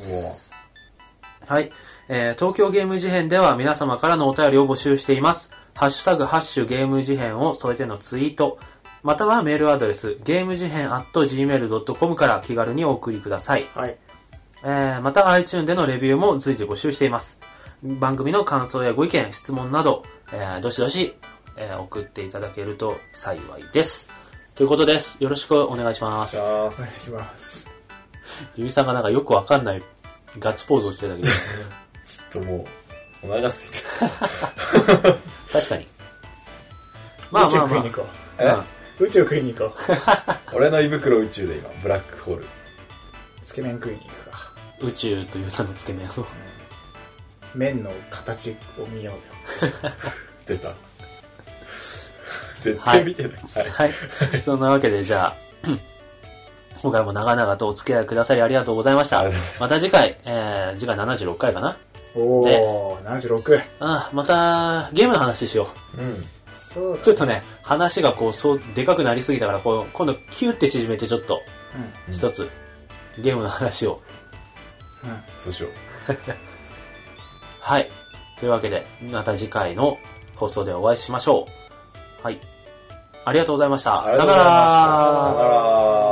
はい。東京ゲーム事変では皆様からのお便りを募集しています。ハッシュタグハッシュゲーム事変を添えてのツイート、またはメールアドレス、ゲーム事変@gmail.com から気軽にお送りください。 はい。 また iTunes でのレビューも随時募集しています。番組の感想やご意見、質問など、どしどし、送っていただけると幸いです。ということです。よろしくお願いします。 お願いします。 ゆみさんがなんかよくわかんないガッツポーズをしてたけど。 ちょっともう、お腹がすいた。確かに。 まあまあまあ。宇宙食いに行こう。 俺の胃袋宇宙で今、ブラックホール。 つけ麺食いに行くか。 宇宙という名のつけ麺を。 麺の形を見ようよ。 出た。絶対見てない。 はい。そんなわけで、じゃあ、今回も長々とお付き合いくださりありがとうございました。また次回、次回76回かな。 おー、76。 また、ゲームの話しよう。 そうだね。 ちょっとね、話がこう、そう、でかくなりすぎたから、こう、今度、キューって縮めてちょっと、一つ、ゲームの話を。 そうしよう。 はい。というわけで、また次回の放送でお会いしましょう。はい。ありがとうございました。 さよなら。